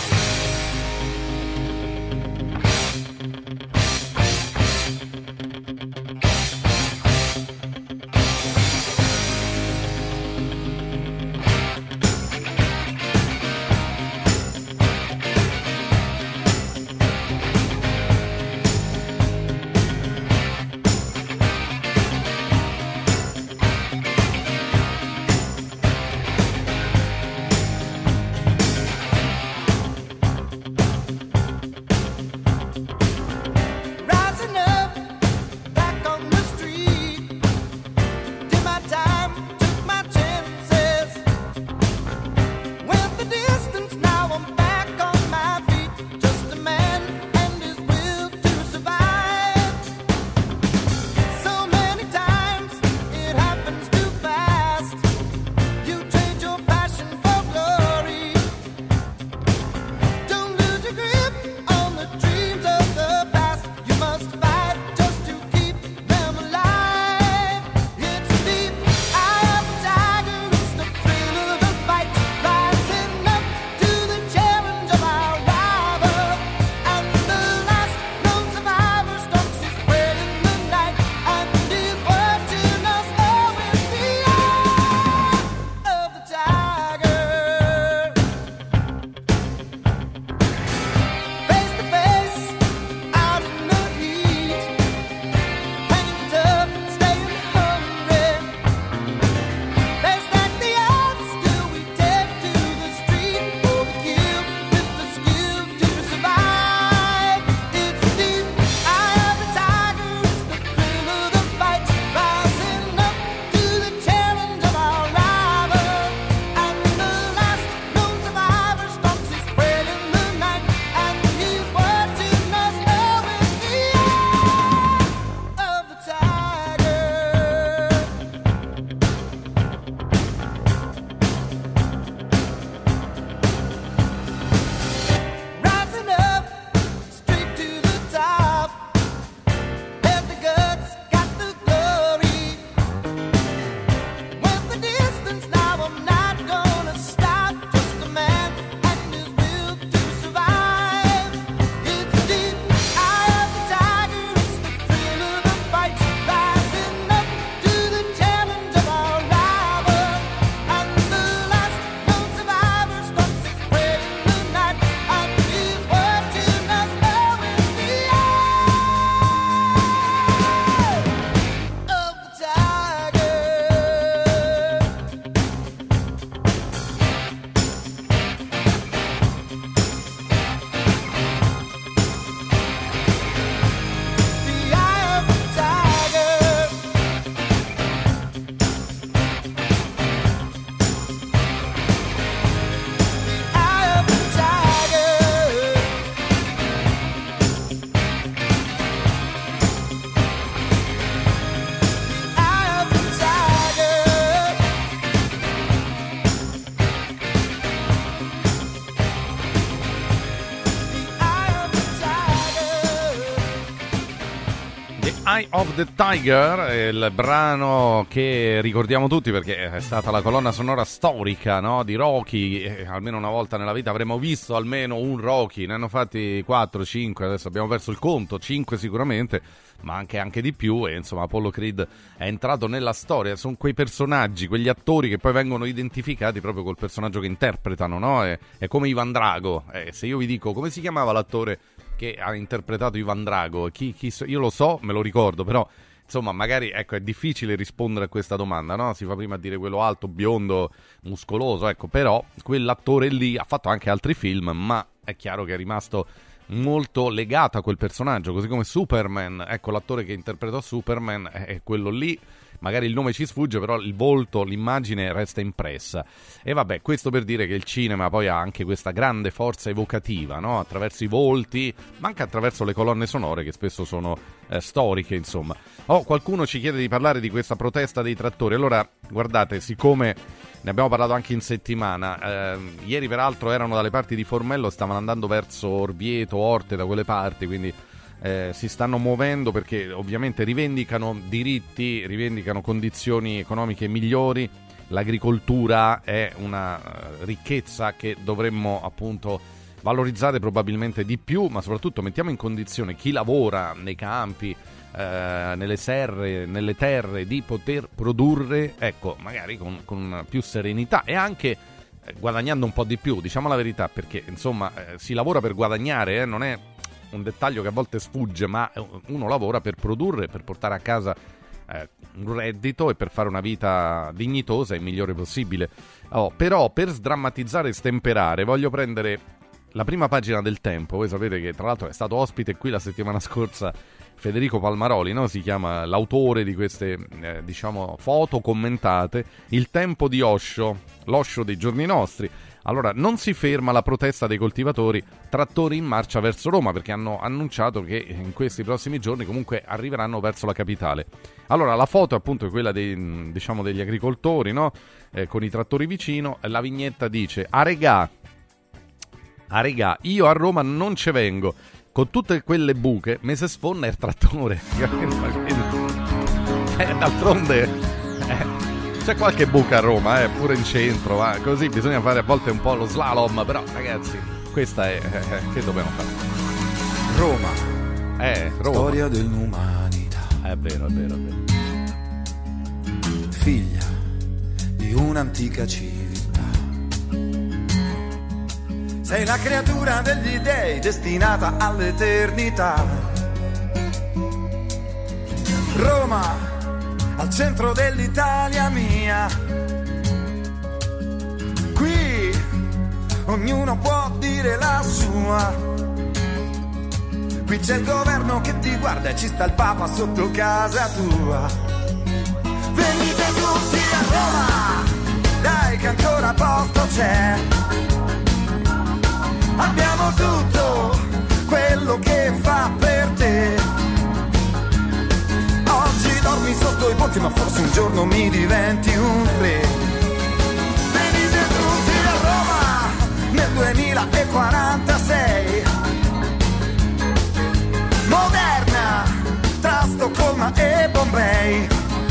Eye of the Tiger è il brano che ricordiamo tutti perché è stata la colonna sonora storica, no, di Rocky. E almeno una volta nella vita avremmo visto almeno un Rocky, ne hanno fatti quattro, cinque, adesso abbiamo perso il conto, cinque sicuramente, ma anche, anche di più. E insomma Apollo Creed è entrato nella storia, sono quei personaggi, quegli attori che poi vengono identificati proprio col personaggio che interpretano, no? È, è come Ivan Drago. Eh, se io vi dico come si chiamava l'attore che ha interpretato Ivan Drago, chi, chi, io lo so, me lo ricordo, però insomma, magari ecco, è difficile rispondere a questa domanda, no? Si fa prima a dire quello alto, biondo, muscoloso, ecco, però quell'attore lì ha fatto anche altri film, ma è chiaro che è rimasto molto legato a quel personaggio, così come Superman, ecco, l'attore che interpretò Superman è quello lì. Magari il nome ci sfugge, però il volto, l'immagine resta impressa. E vabbè, questo per dire che il cinema poi ha anche questa grande forza evocativa, no? Attraverso i volti, ma anche attraverso le colonne sonore che spesso sono eh, storiche, insomma. Oh, qualcuno ci chiede di parlare di questa protesta dei trattori. Allora, guardate, siccome ne abbiamo parlato anche in settimana, eh, ieri peraltro erano dalle parti di Formello, stavano andando verso Orvieto, Orte, da quelle parti, quindi Eh, si stanno muovendo perché ovviamente rivendicano diritti, rivendicano condizioni economiche migliori. L'agricoltura è una uh, ricchezza che dovremmo appunto valorizzare probabilmente di più, ma soprattutto mettiamo in condizione chi lavora nei campi, eh, nelle serre, nelle terre, di poter produrre, ecco, magari con, con più serenità e anche eh, guadagnando un po' di più, diciamo la verità, perché insomma eh, si lavora per guadagnare, eh, non è un dettaglio che a volte sfugge, ma uno lavora per produrre, per portare a casa eh, un reddito e per fare una vita dignitosa e migliore possibile. Oh, però per sdrammatizzare e stemperare voglio prendere la prima pagina del Tempo. Voi sapete che tra l'altro è stato ospite qui la settimana scorsa Federico Palmaroli, no? Si chiama l'autore di queste eh, diciamo foto commentate, Il Tempo di Osho, l'Osho dei giorni nostri. Allora, non si ferma la protesta dei coltivatori, trattori in marcia verso Roma, perché hanno annunciato che in questi prossimi giorni comunque arriveranno verso la capitale. Allora, la foto appunto è quella dei, diciamo, degli agricoltori, no? Eh, con i trattori vicino, la vignetta dice: a regà, a regà, io a Roma non ce vengo, con tutte quelle buche me se sfonda il trattore. eh, d'altronde... Eh. C'è qualche buca a Roma, eh, pure in centro, va. Così bisogna fare a volte un po' lo slalom, però ragazzi, questa è... Eh, che dobbiamo fare? Roma. Eh, Roma. Storia dell'umanità. È vero, è vero, è vero. Figlia di un'antica civiltà. Sei la creatura degli dei destinata all'eternità. Roma, al centro dell'Italia mia. Qui ognuno può dire la sua. Qui c'è il governo che ti guarda e ci sta il Papa sotto casa tua. Venite tutti a Roma, dai che ancora posto c'è. Abbiamo tutto quello che fa per te. Oggi dormi sotto i ponti, ma forse un giorno mi diventi un re. Venite tutti a Roma nel duemilaquarantasei. Moderna tra Stoccolma e Bombay.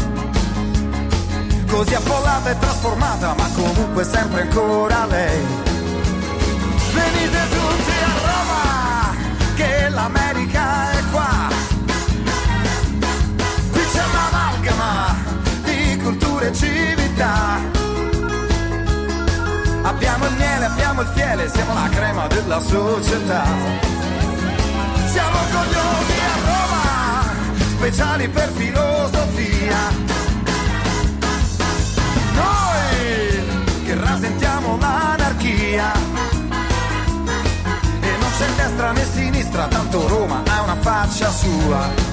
Così affollata e trasformata, ma comunque sempre ancora lei. Venite tutti a Roma che l'America è qua. C'è un'amalgama di culture e civiltà. Abbiamo il miele, abbiamo il fiele, siamo la crema della società. Siamo orgogliosi a Roma, speciali per filosofia. Noi che rasentiamo l'anarchia. E non c'è destra né sinistra, tanto Roma ha una faccia sua.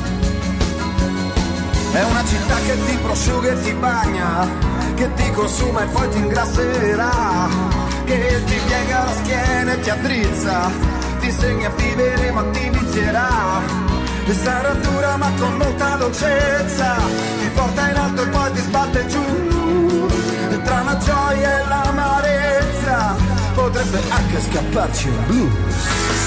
È una città che ti prosciuga e ti bagna, che ti consuma e poi ti ingrasserà, che ti piega la schiena e ti addrizza, ti insegna a vivere ma ti vizierà. E sarà dura ma con molta dolcezza, ti porta in alto e poi ti sbatte giù. E tra la gioia e l'amarezza potrebbe anche scapparci un blues.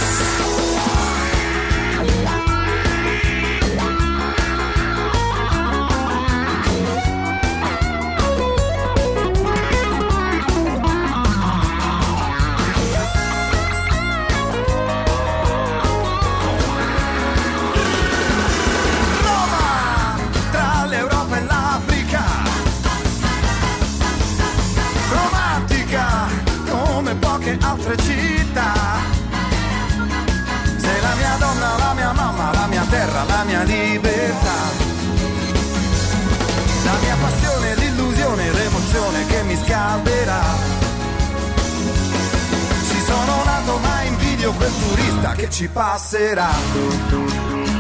Altre città, sei la mia donna, la mia mamma, la mia terra, la mia libertà. quel turista che ci passerà.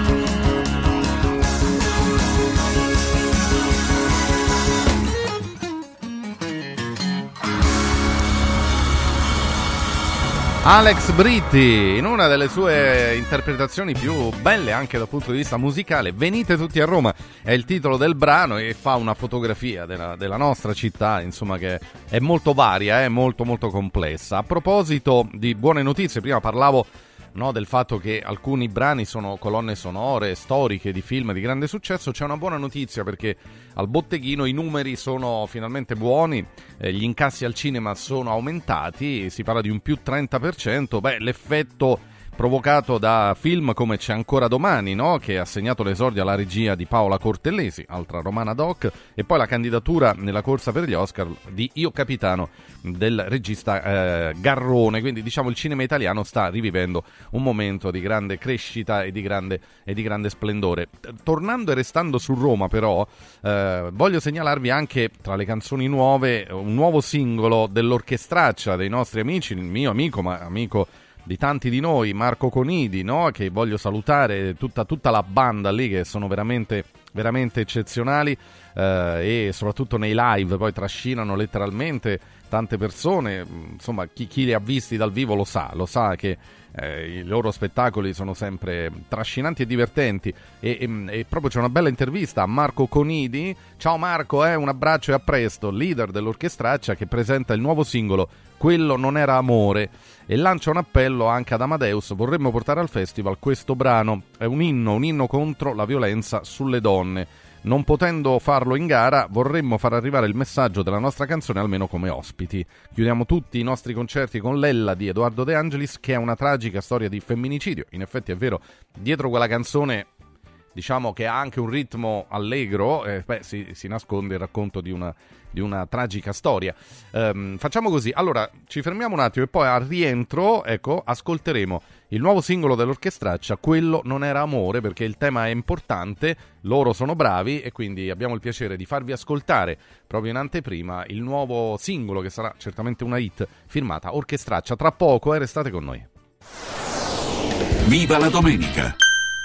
Alex Britti, in una delle sue interpretazioni più belle anche dal punto di vista musicale, Venite tutti a Roma è il titolo del brano e fa una fotografia della, della nostra città, insomma, che è molto varia, è molto molto complessa. A proposito di buone notizie, prima parlavo no, del fatto che alcuni brani sono colonne sonore, storiche di film di grande successo. C'è una buona notizia perché al botteghino i numeri sono finalmente buoni, eh, gli incassi al cinema sono aumentati, si parla di un più trenta per cento, beh, l'effetto provocato da film come C'è ancora domani, no? Che ha segnato l'esordio alla regia di Paola Cortellesi, altra romana doc, e poi la candidatura nella corsa per gli Oscar di Io Capitano del regista eh, Garrone. Quindi diciamo il cinema italiano sta rivivendo un momento di grande crescita e di grande, e di grande splendore. Tornando e restando su Roma però, eh, voglio segnalarvi anche tra le canzoni nuove un nuovo singolo dell'orchestraccia dei nostri amici, il mio amico, ma amico di tanti di noi, Marco Conidi, no? Che voglio salutare, tutta, tutta la banda lì che sono veramente, veramente eccezionali, eh, e soprattutto nei live poi trascinano letteralmente tante persone, insomma chi, chi li ha visti dal vivo lo sa, lo sa che eh, i loro spettacoli sono sempre trascinanti e divertenti e, e, e proprio c'è una bella intervista a Marco Conidi. Ciao Marco, eh, un abbraccio e a presto, leader dell'orchestraccia che presenta il nuovo singolo Quello non era amore e lancia un appello anche ad Amadeus. Vorremmo portare al festival questo brano, è un inno, un inno contro la violenza sulle donne. Non potendo farlo in gara, vorremmo far arrivare il messaggio della nostra canzone almeno come ospiti. Chiudiamo tutti i nostri concerti con Lella di Edoardo De Angelis, che è una tragica storia di femminicidio. In effetti è vero, dietro quella canzone, diciamo che ha anche un ritmo allegro, eh, beh, si, si nasconde il racconto di una, di una tragica storia. Um, facciamo così, allora ci fermiamo un attimo e poi al rientro, ecco, ascolteremo il nuovo singolo dell'orchestraccia, Quello non era amore, perché il tema è importante, loro sono bravi e quindi abbiamo il piacere di farvi ascoltare proprio in anteprima il nuovo singolo che sarà certamente una hit firmata Orchestraccia. Tra poco, eh, restate con noi. Viva la domenica!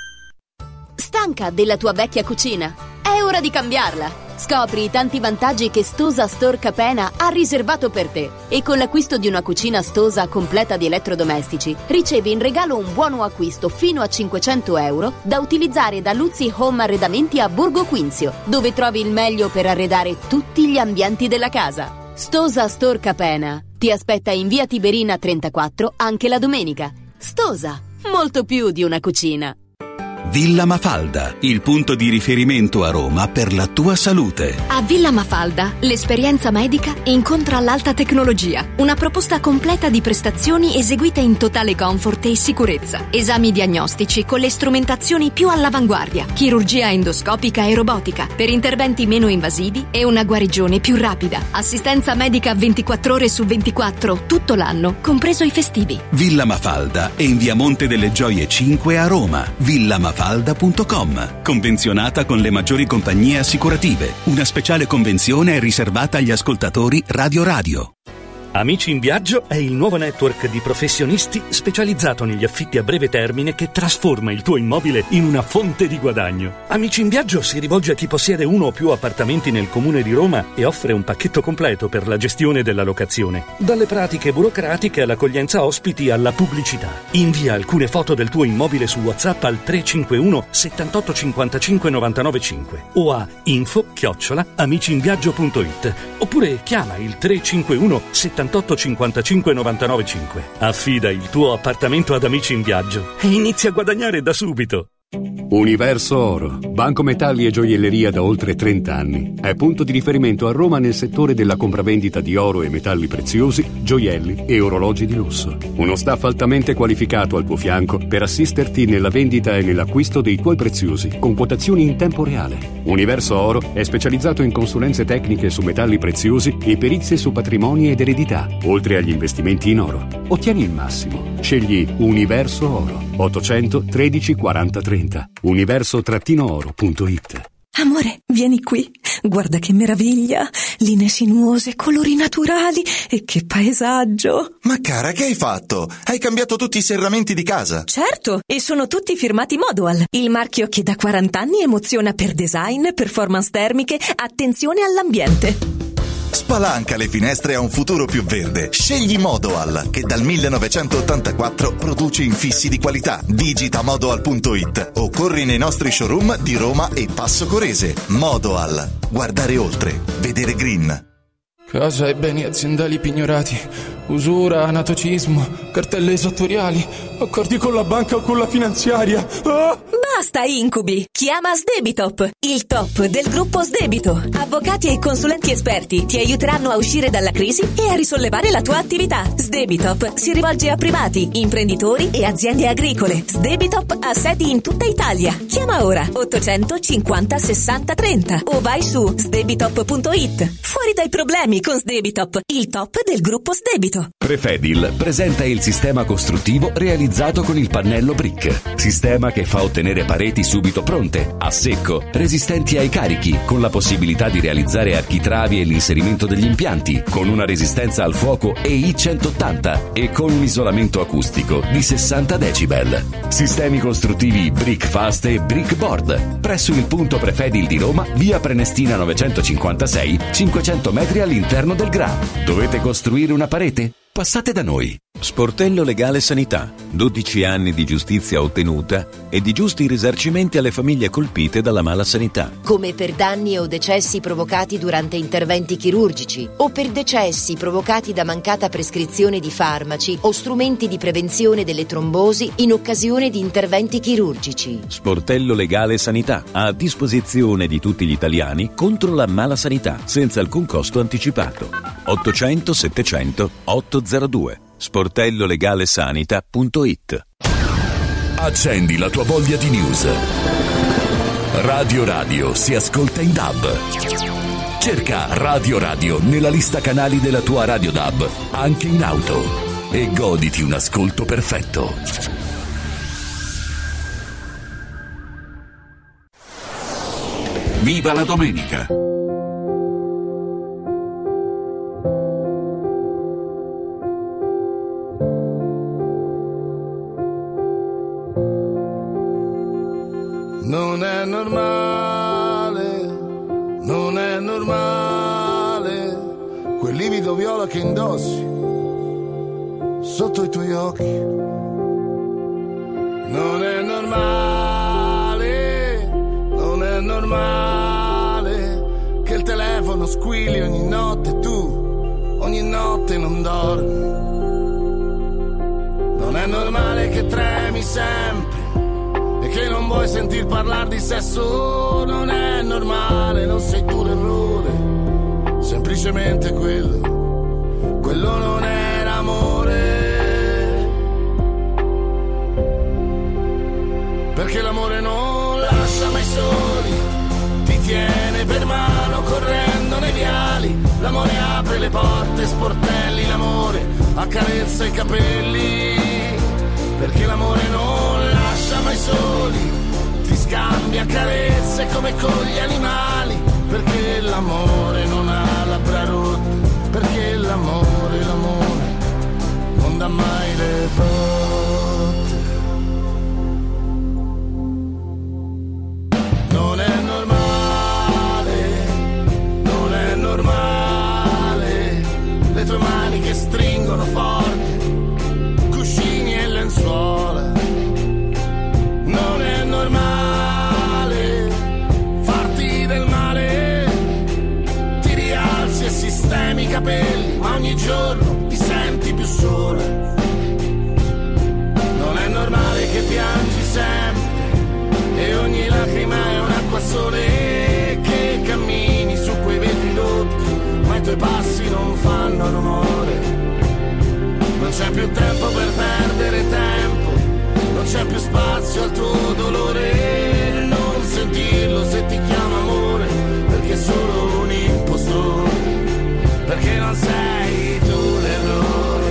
Stanca della tua vecchia cucina? È ora di cambiarla! Scopri i tanti vantaggi che Stosa Store Capena ha riservato per te. E con l'acquisto di una cucina Stosa completa di elettrodomestici, ricevi in regalo un buono acquisto fino a cinquecento euro da utilizzare da Luzzi Home Arredamenti a Borgo Quinzio, dove trovi il meglio per arredare tutti gli ambienti della casa. Stosa Store Capena ti aspetta in via Tiberina trentaquattro anche la domenica. Stosa, molto più di una cucina. Villa Mafalda, il punto di riferimento a Roma per la tua salute. A Villa Mafalda l'esperienza medica incontra l'alta tecnologia. Una proposta completa di prestazioni eseguite in totale comfort e sicurezza. Esami diagnostici con le strumentazioni più all'avanguardia. Chirurgia endoscopica e robotica per interventi meno invasivi e una guarigione più rapida. Assistenza medica ventiquattro ore su ventiquattro tutto l'anno, compreso i festivi. Villa Mafalda è in via Monte delle Gioie cinque a Roma. Villa Mafalda Mafalda punto com. Convenzionata con le maggiori compagnie assicurative. Una speciale convenzione è riservata agli ascoltatori Radio Radio. Amici in Viaggio è il nuovo network di professionisti specializzato negli affitti a breve termine che trasforma il tuo immobile in una fonte di guadagno. Amici in Viaggio si rivolge a chi possiede uno o più appartamenti nel comune di Roma e offre un pacchetto completo per la gestione della locazione. Dalle pratiche burocratiche all'accoglienza ospiti alla pubblicità. Invia alcune foto del tuo immobile su WhatsApp al tre cinque uno settantotto cinquantacinque novantanove cinque o a info chiocciola amiciinviaggio punto it oppure chiama il tre cinque uno settantotto cinquantacinque novantanove cinque. Affida il tuo appartamento ad Amici in Viaggio e inizia a guadagnare da subito. Universo Oro, banco metalli e gioielleria da oltre trenta anni. È punto di riferimento a Roma nel settore della compravendita di oro e metalli preziosi, gioielli e orologi di lusso. Uno staff altamente qualificato al tuo fianco per assisterti nella vendita e nell'acquisto dei tuoi preziosi, con quotazioni in tempo reale. Universo Oro è specializzato in consulenze tecniche su metalli preziosi e perizie su patrimoni ed eredità, oltre agli investimenti in oro. Ottieni il massimo. Scegli Universo Oro. ottocento tredici quaranta trenta. universo oro punto it. Amore, vieni qui. Guarda che meraviglia. Linee sinuose, colori naturali e che paesaggio. Ma cara, che hai fatto? Hai cambiato tutti i serramenti di casa? Certo, e sono tutti firmati Modoal, il marchio che da quaranta anni emoziona per design, performance termiche, attenzione all'ambiente. Spalanca le finestre a un futuro più verde. Scegli Modoal, che dal millenovecentottantaquattro produce infissi di qualità. Digita modoal punto it o corri nei nostri showroom di Roma e Passo Corese. Modoal. Guardare oltre. Vedere green. Casa e beni aziendali pignorati, usura, anatocismo, cartelle esattoriali, accordi con la banca o con la finanziaria. Ah! Basta incubi! Chiama Sdebitop, il top del gruppo Sdebito. Avvocati e consulenti esperti ti aiuteranno a uscire dalla crisi e a risollevare la tua attività. Sdebitop si rivolge a privati, imprenditori e aziende agricole. Sdebitop ha sedi in tutta Italia. Chiama ora ottocentocinquanta sessanta trenta o vai su sdebitop punto it. Fuori dai problemi con Sdebitop, il top del gruppo Sdebito. Prefedil presenta il sistema costruttivo realizzato con il pannello brick. Sistema che fa ottenere pareti subito pronte, a secco, resistenti ai carichi, con la possibilità di realizzare architravi e l'inserimento degli impianti, con una resistenza al fuoco E I centottanta e con un isolamento acustico di sessanta decibel. Sistemi costruttivi Brick Fast e Brick Board. Presso il punto Prefedil di Roma, via Prenestina novecentocinquantasei, cinquecento metri all'interno del Gra. Dovete costruire una parete? Passate da noi. Sportello Legale Sanità. dodici anni di giustizia ottenuta e di giusti risarcimenti alle famiglie colpite dalla mala sanità. Come per danni o decessi provocati durante interventi chirurgici o per decessi provocati da mancata prescrizione di farmaci o strumenti di prevenzione delle trombosi in occasione di interventi chirurgici. Sportello Legale Sanità. A disposizione di tutti gli italiani contro la mala sanità, senza alcun costo anticipato. ottocento settecento ottocentodue. sportellolegalesanita punto it. Accendi la tua voglia di news. Radio Radio si ascolta in D A B. Cerca Radio Radio nella lista canali della tua Radio D A B, anche in auto, e goditi un ascolto perfetto. Viva la domenica! Non è normale, non è normale, quel livido viola che indossi sotto i tuoi occhi. Non è normale, non è normale, che il telefono squilli ogni notte e tu ogni notte non dormi. Non è normale che tremi sempre e che non vuoi sentir parlare di sesso. Non è normale, non sei tu l'errore, semplicemente quello, quello non era amore. Perché l'amore non lascia mai soli, ti tiene per mano correndo nei viali. L'amore apre le porte, sportelli, l'amore accarezza i capelli. Perché l'amore non lascia mai soli, ti scambia carezze come con gli animali. Perché l'amore non ha labbra rotte, perché l'amore, l'amore non dà mai le botte. Non è normale, non è normale, le tue mani che stringono forte, cuscini e lenzuola. Non è normale farti del male, ti rialzi e sistemi i capelli, ma ogni giorno ti senti più sola. Non è normale che piangi sempre e ogni lacrima è un'acqua sole, che cammini su quei vetri dotti, ma i tuoi passi non fanno rumore. Non c'è più tempo per perdere tempo, non c'è più spazio al tuo dolore. Non sentirlo se ti chiama amore, perché è solo un impostore, perché non sei tu l'errore.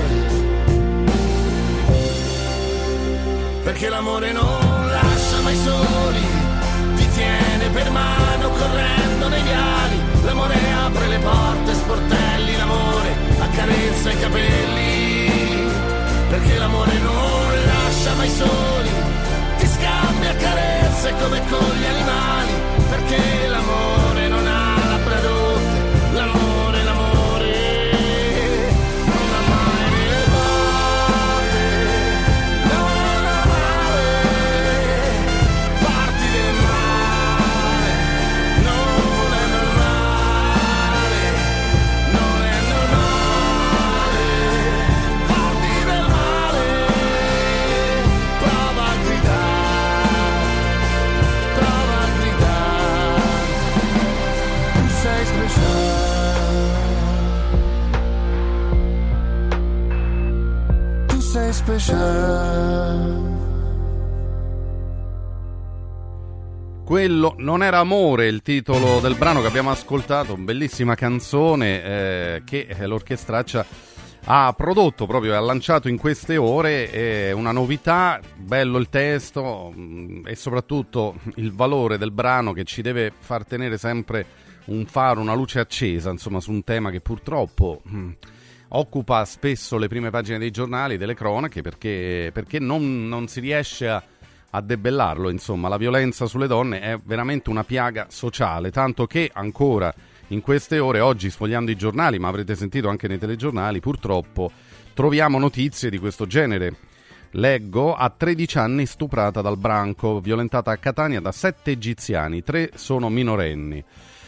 Perché l'amore non lascia mai soli, ti tiene per mano correndo nei viali, l'amore apre le porte, sportelli, l'amore accarezza i capelli, perché l'amore non lascia mai soli, ti scambia carezze come con gli animali, perché l'amore non ha labbra rotte, l'amore, l'amore non ha mai le porte, non ha male, parti del male, non è normale, non è normale, parti del male, prova a gridare, prova a gridare, tu sei speciale, tu sei speciale. Quello non era amore, il titolo del brano che abbiamo ascoltato, bellissima canzone eh, che l'orchestraccia ha prodotto proprio e ha lanciato in queste ore, è una novità, bello il testo mh, e soprattutto il valore del brano che ci deve far tenere sempre un faro, una luce accesa, insomma, su un tema che purtroppo mh, occupa spesso le prime pagine dei giornali, delle cronache, perché, perché non, non si riesce a a debellarlo, insomma. La violenza sulle donne è veramente una piaga sociale, tanto che ancora in queste ore, oggi sfogliando i giornali, ma avrete sentito anche nei telegiornali, purtroppo troviamo notizie di questo genere. Leggo: a tredici anni stuprata dal branco, violentata a Catania da sette egiziani, tre sono minorenni.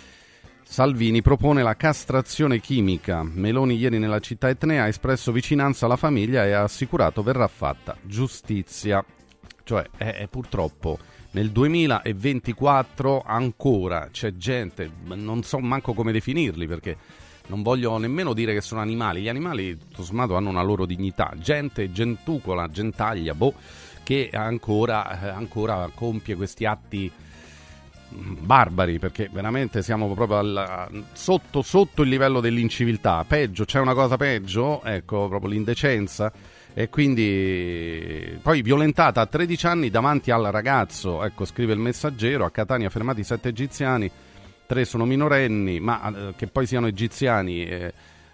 Salvini propone la castrazione chimica. Meloni ieri nella città etnea ha espresso vicinanza alla famiglia e ha assicurato verrà fatta giustizia. Cioè, è, è purtroppo nel duemilaventiquattro ancora c'è gente, non so manco come definirli, perché non voglio nemmeno dire che sono animali. Gli animali, tutto sommato, hanno una loro dignità. Gente gentucola, gentaglia, boh, che ancora, eh, ancora compie questi atti barbari, perché veramente siamo proprio al, sotto, sotto il livello dell'inciviltà. Peggio, c'è una cosa peggio, ecco, proprio l'indecenza. E quindi poi violentata a tredici anni davanti al ragazzo, ecco, scrive il Messaggero. A Catania fermati sette egiziani, tre sono minorenni, ma eh, che poi siano egiziani, eh,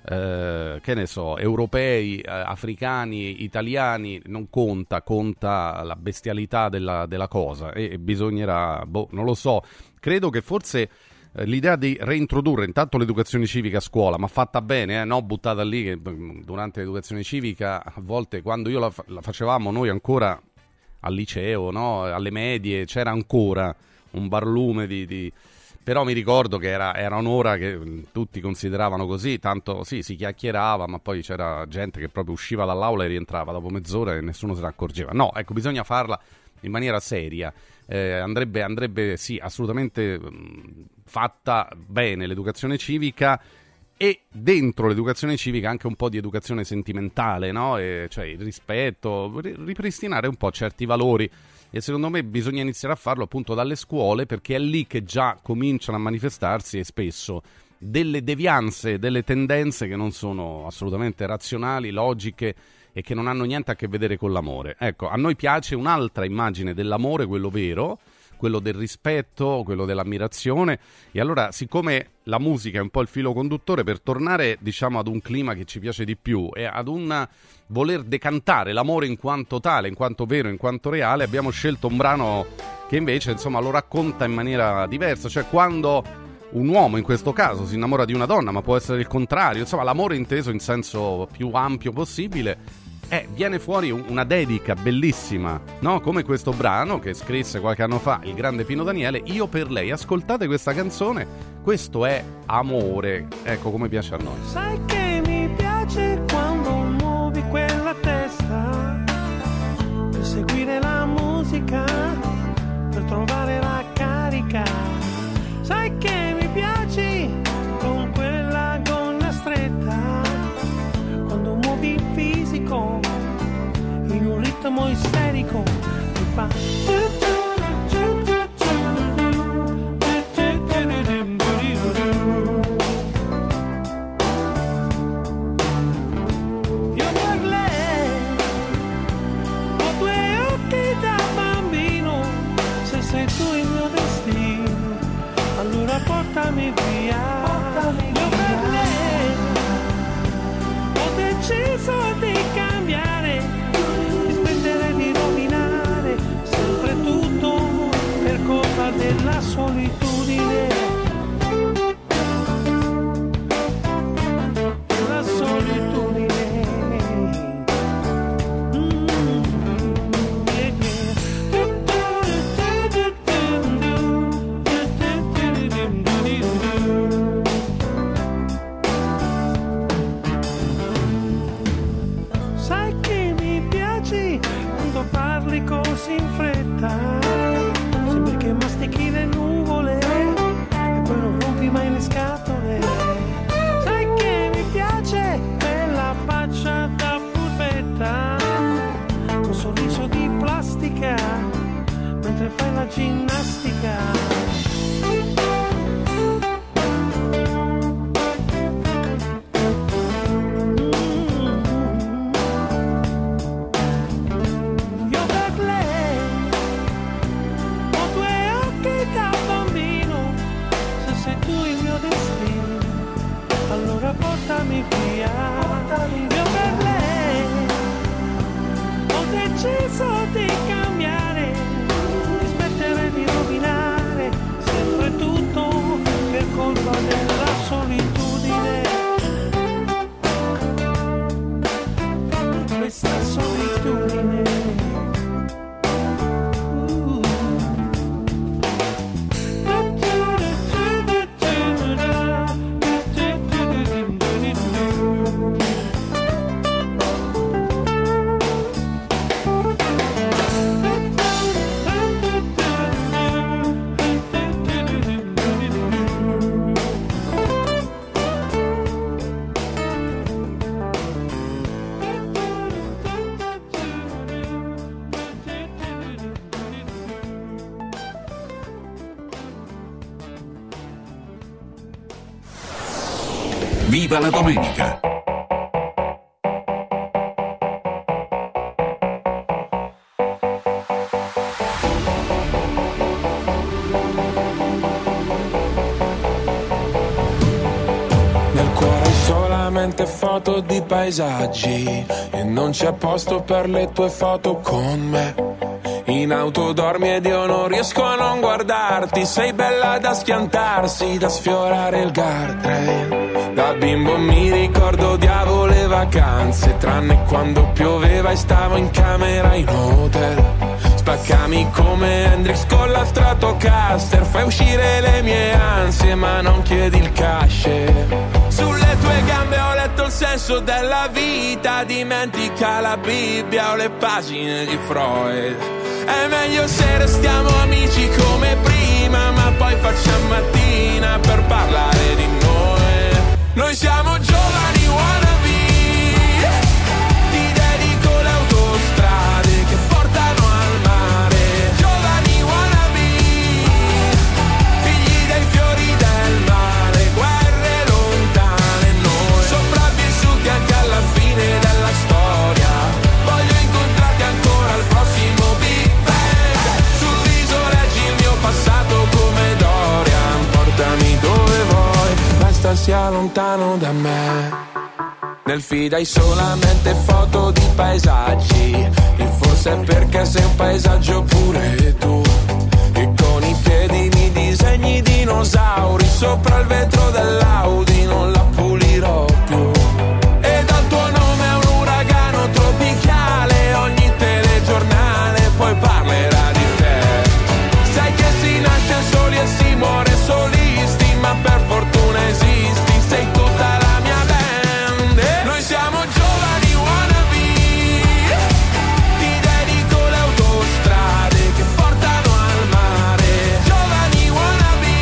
eh, che ne so, europei, eh, africani, italiani, non conta, conta la bestialità della, della cosa, e, e bisognerà, boh, non lo so, credo che forse l'idea di reintrodurre intanto l'educazione civica a scuola, ma fatta bene, eh, no buttata lì, che durante l'educazione civica a volte, quando io la, la facevamo noi ancora al liceo, no, alle medie, c'era ancora un barlume di... di... però mi ricordo che era, era un'ora che tutti consideravano così, tanto sì, si chiacchierava, ma poi c'era gente che proprio usciva dall'aula e rientrava dopo mezz'ora e nessuno se ne accorgeva. No, ecco, bisogna farla in maniera seria. Eh, andrebbe, andrebbe sì, assolutamente mh, fatta bene l'educazione civica, e dentro l'educazione civica anche un po' di educazione sentimentale, no? E, cioè il rispetto, ripristinare un po' certi valori, e secondo me bisogna iniziare a farlo appunto dalle scuole, perché è lì che già cominciano a manifestarsi, e spesso, delle devianze, delle tendenze che non sono assolutamente razionali, logiche, e che non hanno niente a che vedere con l'amore. Ecco, a noi piace un'altra immagine dell'amore, quello vero, quello del rispetto, quello dell'ammirazione, e allora, siccome la musica è un po' il filo conduttore, per tornare, diciamo, ad un clima che ci piace di più e ad un voler decantare l'amore in quanto tale, in quanto vero, in quanto reale, abbiamo scelto un brano che invece, insomma, lo racconta in maniera diversa, cioè quando un uomo in questo caso si innamora di una donna, ma può essere il contrario, insomma l'amore inteso in senso più ampio possibile, eh, viene fuori una dedica bellissima, no? Come questo brano che scrisse qualche anno fa il grande Pino Daniele, Io per lei. Ascoltate questa canzone, questo è amore, ecco come piace a noi. Sai che mi piace quando muovi quella testa per seguire la musica, per trovare la carica. Sai che mi piaci con quella gonna stretta, quando muovi il fisico in un ritmo isterico, mi fa io per lei ho due occhi da bambino, se sei tu il mio destino, allora così in fretta, sembri che mastichi le nuvole e poi non rompi mai le scatole. Sai che mi piace quella faccia da furbetta, con sorriso di plastica, mentre fai la ginnastica. Portami via, io per lei ho deciso di cambiare, di smettere di rovinare sempre tutto per colpa della solitudine. Questa solitudine. Viva la domenica! Nel cuore solamente foto di paesaggi e non c'è posto per le tue foto con me. In auto dormi ed io non riesco a non guardarti. Sei bella da schiantarsi, da sfiorare il guardrail. Da bimbo mi ricordo odiavo le vacanze, tranne quando pioveva e stavo in camera in hotel. Spaccami come Hendrix con la Stratocaster, fai uscire le mie ansie ma non chiedi il cash. Sulle tue gambe ho letto il senso della vita, dimentica la Bibbia o le pagine di Freud. È meglio se restiamo amici come prima, ma poi facciamo mattina per parlare di noi. Noi siamo giovani wannabe, ti dedico le autostrade che portano al mare. Giovani wannabe, figli dei fiori del mare, guerre lontane noi, sopravvissuti anche alla fine della storia. Voglio incontrarti ancora al prossimo Big Bang. Sul viso leggi il mio passato come Dorian, portami dove vuoi, basta sia lontano da me. Nel feed hai solamente foto di paesaggi, e forse è perché sei un paesaggio pure tu. E con i piedi mi disegni dinosauri sopra il vetro dell'Audi, non la pulirò più. E dal tuo nome è un uragano tropicale, ogni telegiornale poi parlerà di te. Sai che si nasce soli e si muore solisti, ma per fortuna esisti, sei tutta la mia band. Noi siamo giovani wannabe, ti dedico le autostrade che portano al mare. Giovani wannabe,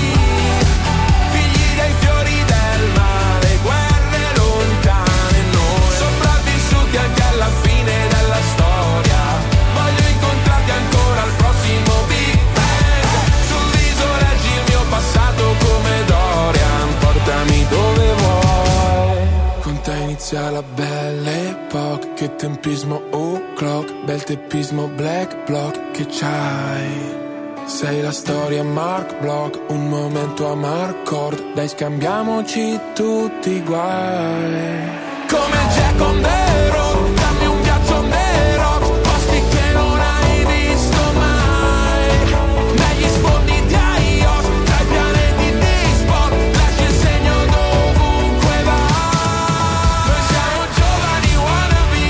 figli dei fiori del mare, guerre lontane noi, sopravvissuti anche alla fine della storia. Voglio incontrarti ancora al prossimo Big Bang. Sul viso leggi il mio passato come Dorian, portami dove vuoi. Con te inizia la belle epoca, che tempismo o'clock, bel teppismo black block che c'hai. Sei la storia Mark Block, un momento a Marcord, dai scambiamoci tutti i guai. Come Jack on the road, dammi un viaggio on the road, posti che non hai visto mai. Negli sfondi di Aios, tra i pianeti di sport, lasci il segno dovunque vai. Noi siamo giovani wannabe,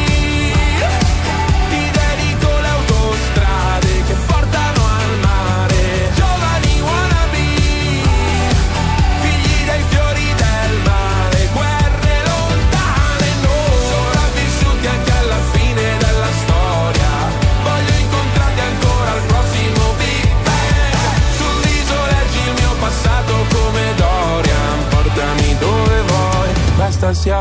ti dedico le autostrade che portano al mare. Giovani wannabe, figli dei fiori del mare, guerre lontane.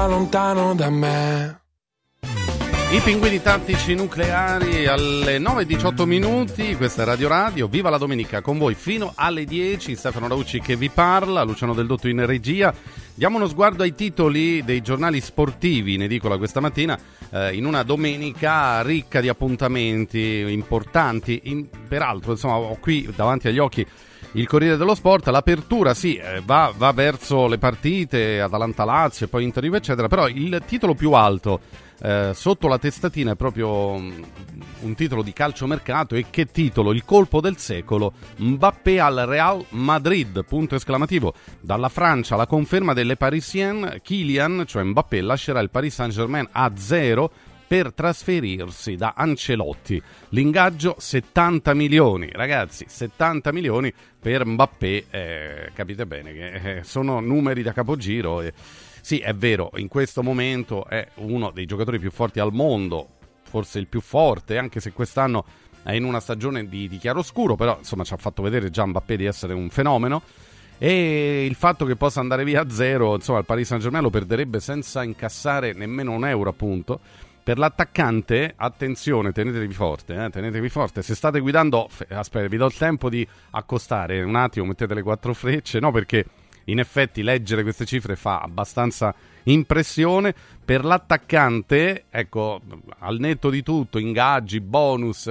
sta lontano da me. I pinguini tattici nucleari alle nove e diciotto minuti, questa è Radio Radio, viva la domenica con voi fino alle dieci, Stefano Raucci che vi parla, Luciano Del Dotto in regia. Diamo uno sguardo ai titoli dei giornali sportivi in edicola questa mattina, eh, in una domenica ricca di appuntamenti importanti, in, peraltro insomma ho qui davanti agli occhi il Corriere dello Sport, l'apertura sì, eh, va, va verso le partite, Atalanta-Lazio e poi Inter-Juve eccetera, però il titolo più alto eh, sotto la testatina è proprio um, un titolo di calciomercato. E che titolo? Il colpo del secolo, Mbappé al Real Madrid, punto esclamativo. Dalla Francia la conferma delle Parisienne, Kylian, cioè Mbappé, lascerà il Paris Saint-Germain a zero per trasferirsi da Ancelotti. L'ingaggio settanta milioni, ragazzi, settanta milioni per Mbappé, eh, capite bene che eh, sono numeri da capogiro. Eh. Sì, è vero, in questo momento è uno dei giocatori più forti al mondo, forse il più forte, anche se quest'anno è in una stagione di, di chiaroscuro, però insomma ci ha fatto vedere già Mbappé di essere un fenomeno. E il fatto che possa andare via a zero, insomma il Paris Saint-Germain lo perderebbe senza incassare nemmeno un euro, appunto. Per l'attaccante, attenzione, tenetevi forte, eh, tenetevi forte. Se state guidando, aspetta, vi do il tempo di accostare un attimo, mettete le quattro frecce, no, perché in effetti leggere queste cifre fa abbastanza impressione. Per l'attaccante, ecco, al netto di tutto, ingaggi, bonus,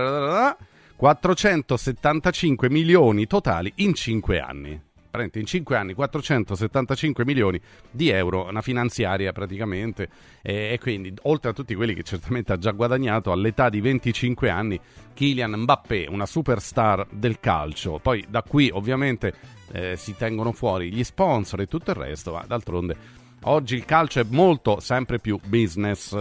quattrocentosettantacinque milioni totali in cinque anni. In cinque anni quattrocentosettantacinque milioni di euro, una finanziaria praticamente, e, e quindi oltre a tutti quelli che certamente ha già guadagnato all'età di venticinque anni Kylian Mbappé, una superstar del calcio. Poi da qui ovviamente eh, si tengono fuori gli sponsor e tutto il resto, ma d'altronde oggi il calcio è molto sempre più business.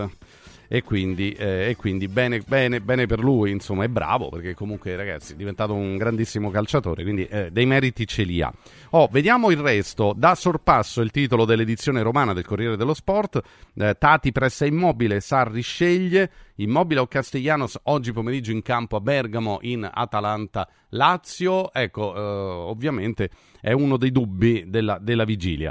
E quindi, eh, e quindi bene, bene, bene per lui, insomma, è bravo perché comunque, ragazzi, è diventato un grandissimo calciatore, quindi eh, dei meriti ce li ha. Oh, vediamo il resto. Da sorpasso il titolo dell'edizione romana del Corriere dello Sport, eh, Tati pressa Immobile, Sarri sceglie, Immobile o Castellanos oggi pomeriggio in campo a Bergamo in Atalanta-Lazio. Ecco, eh, ovviamente è uno dei dubbi della, della vigilia.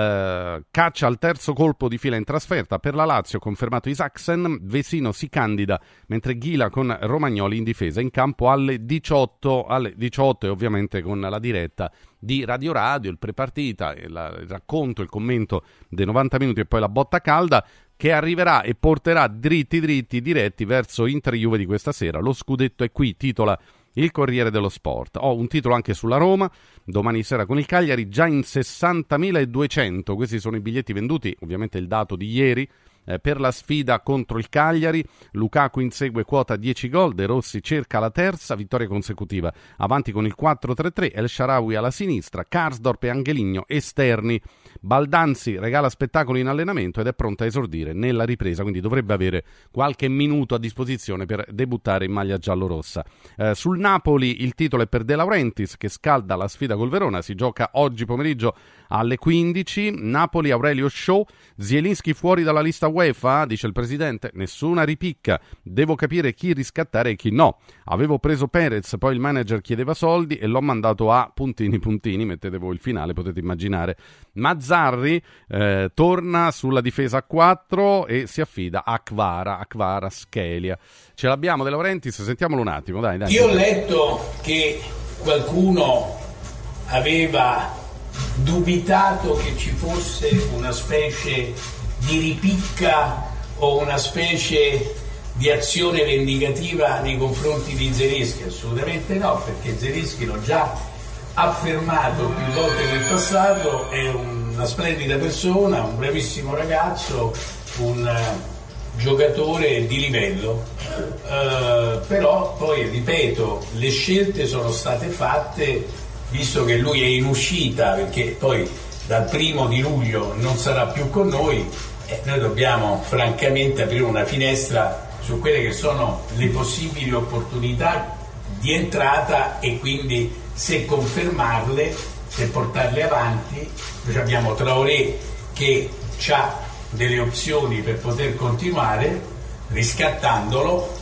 Eh, caccia al terzo colpo di fila in trasferta per la Lazio, confermato Isaksen, Vesino si candida mentre Ghila con Romagnoli in difesa, in campo alle diciotto, alle diciotto e ovviamente con la diretta di Radio Radio, il prepartita, il, il racconto, il commento dei novanta minuti e poi la botta calda che arriverà e porterà dritti dritti diretti verso Inter-Juve di questa sera. Lo scudetto è qui, titola il Corriere dello Sport. Ho un titolo anche sulla Roma, domani sera con il Cagliari, già in sessantamila duecento, questi sono i biglietti venduti, ovviamente il dato di ieri, eh, per la sfida contro il Cagliari. Lukaku insegue quota dieci gol, De Rossi cerca la terza vittoria consecutiva, avanti con il quattro tre tre, El Shaarawy alla sinistra, Karsdorp e Angeligno esterni. Baldanzi regala spettacolo in allenamento ed è pronto a esordire nella ripresa, quindi dovrebbe avere qualche minuto a disposizione per debuttare in maglia giallorossa. Eh, sul Napoli il titolo è per De Laurentiis che scalda la sfida col Verona, si gioca oggi pomeriggio alle quindici. Napoli, Aurelio Shaw, Zielinski fuori dalla lista UEFA, dice il presidente, nessuna ripicca, devo capire chi riscattare e chi no. Avevo preso Perez, poi il manager chiedeva soldi e l'ho mandato a puntini puntini, mettete voi il finale, potete immaginare. Mazzarri eh, torna sulla difesa a quattro e si affida a Kvara, a Kvara Schelia. Ce l'abbiamo De Laurentiis, sentiamolo un attimo, dai, dai. Io ho letto che qualcuno aveva dubitato che ci fosse una specie di ripicca o una specie di azione vendicativa nei confronti di Zielinski. Assolutamente no, perché Zielinski l'ho già affermato più volte nel passato, è una splendida persona, un bravissimo ragazzo, un uh, giocatore di livello, uh, però poi ripeto, le scelte sono state fatte, visto che lui è in uscita perché poi dal primo di luglio non sarà più con noi, eh, noi dobbiamo francamente aprire una finestra su quelle che sono le possibili opportunità di entrata e quindi se confermarle, se portarle avanti. Noi abbiamo Traoré che ha delle opzioni per poter continuare riscattandolo,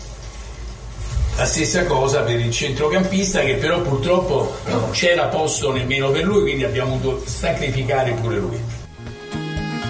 la stessa cosa per il centrocampista che però purtroppo non c'era posto nemmeno per lui, quindi abbiamo dovuto sacrificare pure lui.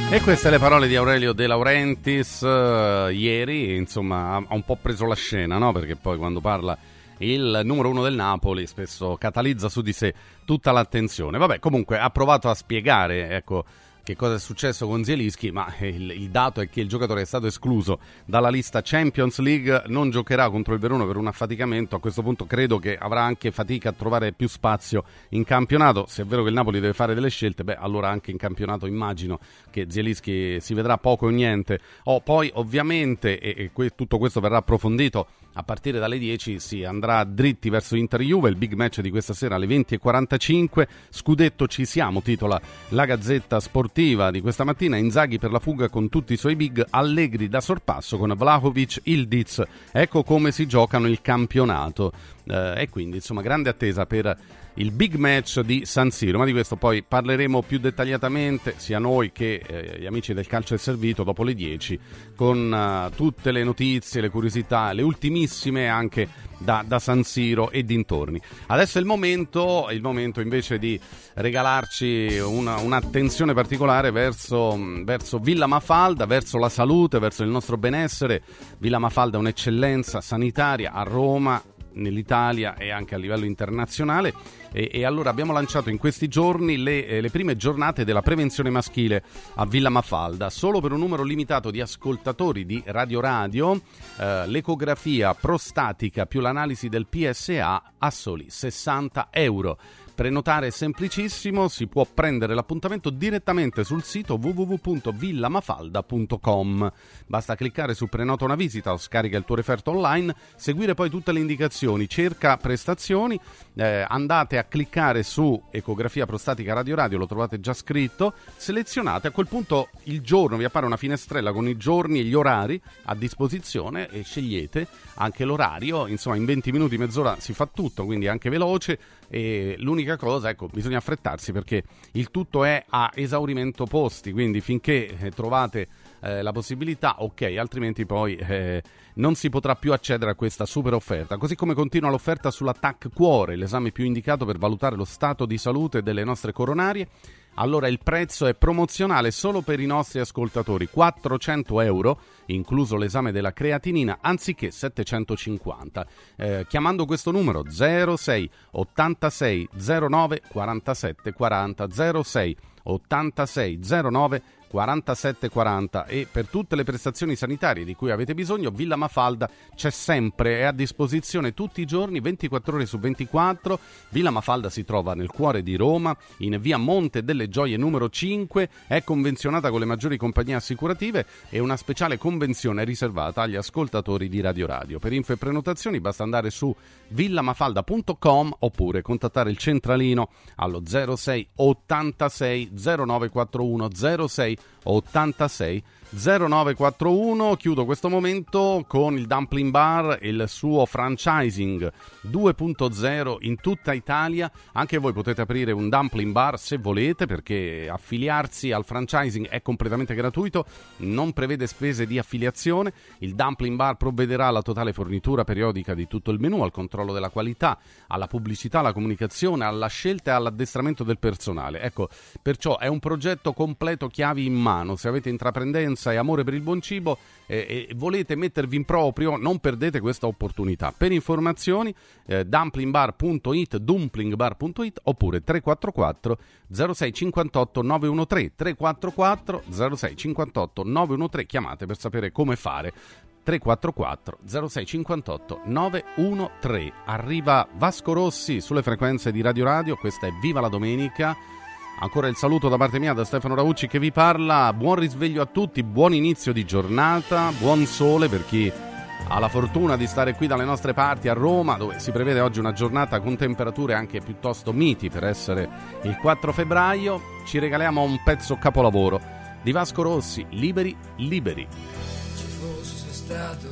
E queste le parole di Aurelio De Laurentiis uh, ieri, insomma, ha, ha un po' preso la scena, no? Perché poi quando parla il numero uno del Napoli spesso catalizza su di sé tutta l'attenzione. Vabbè, comunque ha provato a spiegare, ecco, che cosa è successo con Zielinski, ma il, il dato è che il giocatore è stato escluso dalla lista Champions League, non giocherà contro il Verona per un affaticamento. A questo punto credo che avrà anche fatica a trovare più spazio in campionato. Se è vero che il Napoli deve fare delle scelte, beh, allora anche in campionato immagino che Zielinski si vedrà poco o niente. Oh, poi ovviamente, e, e que- tutto questo verrà approfondito, a partire dalle dieci si andrà dritti verso Inter-Juve, il big match di questa sera alle venti e quarantacinque. Scudetto ci siamo, titola la Gazzetta Sportiva di questa mattina. Inzaghi per la fuga con tutti i suoi big, Allegri da sorpasso con Vlahovic, Ildiz. Ecco come si giocano il campionato. Eh, e quindi insomma grande attesa per il big match di San Siro, ma di questo poi parleremo più dettagliatamente sia noi che eh, gli amici del Calcio è Servito dopo le dieci, con uh, tutte le notizie, le curiosità, le ultimissime anche da, da San Siro e dintorni. Adesso è il momento, è il momento invece di regalarci una, un'attenzione particolare verso, verso Villa Mafalda, verso la salute, verso il nostro benessere. Villa Mafalda è un'eccellenza sanitaria a Roma, nell'Italia e anche a livello internazionale, e, e allora abbiamo lanciato in questi giorni le, eh, le prime giornate della prevenzione maschile a Villa Mafalda. Solo per un numero limitato di ascoltatori di Radio Radio, eh, l'ecografia prostatica più l'analisi del P S A a soli sessanta euro. Prenotare è semplicissimo, si può prendere l'appuntamento direttamente sul sito w w w punto villamafalda punto com. Basta cliccare su prenota una visita o scarica il tuo referto online, seguire poi tutte le indicazioni, cerca prestazioni, eh, andate a cliccare su ecografia prostatica Radio Radio, lo trovate già scritto, selezionate, a quel punto il giorno, vi appare una finestrella con i giorni e gli orari a disposizione e scegliete anche l'orario, insomma in venti minuti, mezz'ora si fa tutto, quindi anche veloce. E l'unica cosa, ecco, bisogna affrettarsi perché il tutto è a esaurimento posti, quindi finché eh, trovate eh, la possibilità, ok, altrimenti poi eh, non si potrà più accedere a questa super offerta. Così come continua l'offerta sulla T A C Cuore, l'esame più indicato per valutare lo stato di salute delle nostre coronarie. Allora il prezzo è promozionale solo per i nostri ascoltatori, quattrocento euro, incluso l'esame della creatinina, anziché settecentocinquanta. Eh, chiamando questo numero zero sei ottantasei zero nove quarantasette quaranta, zero sei ottantasei zero nove quarantasette quaranta, e per tutte le prestazioni sanitarie di cui avete bisogno Villa Mafalda c'è sempre, è a disposizione tutti i giorni, ventiquattro ore su ventiquattro. Villa Mafalda si trova nel cuore di Roma, in via Monte delle Gioie numero cinque, è convenzionata con le maggiori compagnie assicurative e una speciale convenzione è riservata agli ascoltatori di Radio Radio. Per info e prenotazioni basta andare su villamafalda punto com oppure contattare il centralino allo zero sei ottantasei zero nove quarantuno, zero sei ottantasei zero nove quarantuno. Chiudo questo momento con il Dumpling Bar, il suo franchising due punto zero in tutta Italia. Anche voi potete aprire un Dumpling Bar se volete, perché affiliarsi al franchising è completamente gratuito, non prevede spese di affiliazione. Il Dumpling Bar provvederà alla totale fornitura periodica di tutto il menù, al controllo della qualità, alla pubblicità, alla comunicazione, alla scelta e all'addestramento del personale. Ecco, perciò è un progetto completo chiavi in mano. Se avete intraprendenza e amore per il buon cibo eh, e volete mettervi in proprio, non perdete questa opportunità. Per informazioni eh, dumplingbar punto it, dumplingbar punto it oppure tre quattro quattro zero sei cinquantotto nove uno tre, tre quattro quattro zero sei cinquantotto nove uno tre. Chiamate per sapere come fare. tre quattro quattro zero sei cinquantotto nove uno tre. Arriva Vasco Rossi sulle frequenze di Radio Radio, questa è Viva la Domenica. Ancora il saluto da parte mia, da Stefano Raucci che vi parla. Buon risveglio a tutti, buon inizio di giornata, buon sole per chi ha la fortuna di stare qui dalle nostre parti a Roma, dove si prevede oggi una giornata con temperature anche piuttosto miti per essere il quattro febbraio. Ci regaliamo un pezzo capolavoro di Vasco Rossi, Liberi, Liberi. Ci fosse stato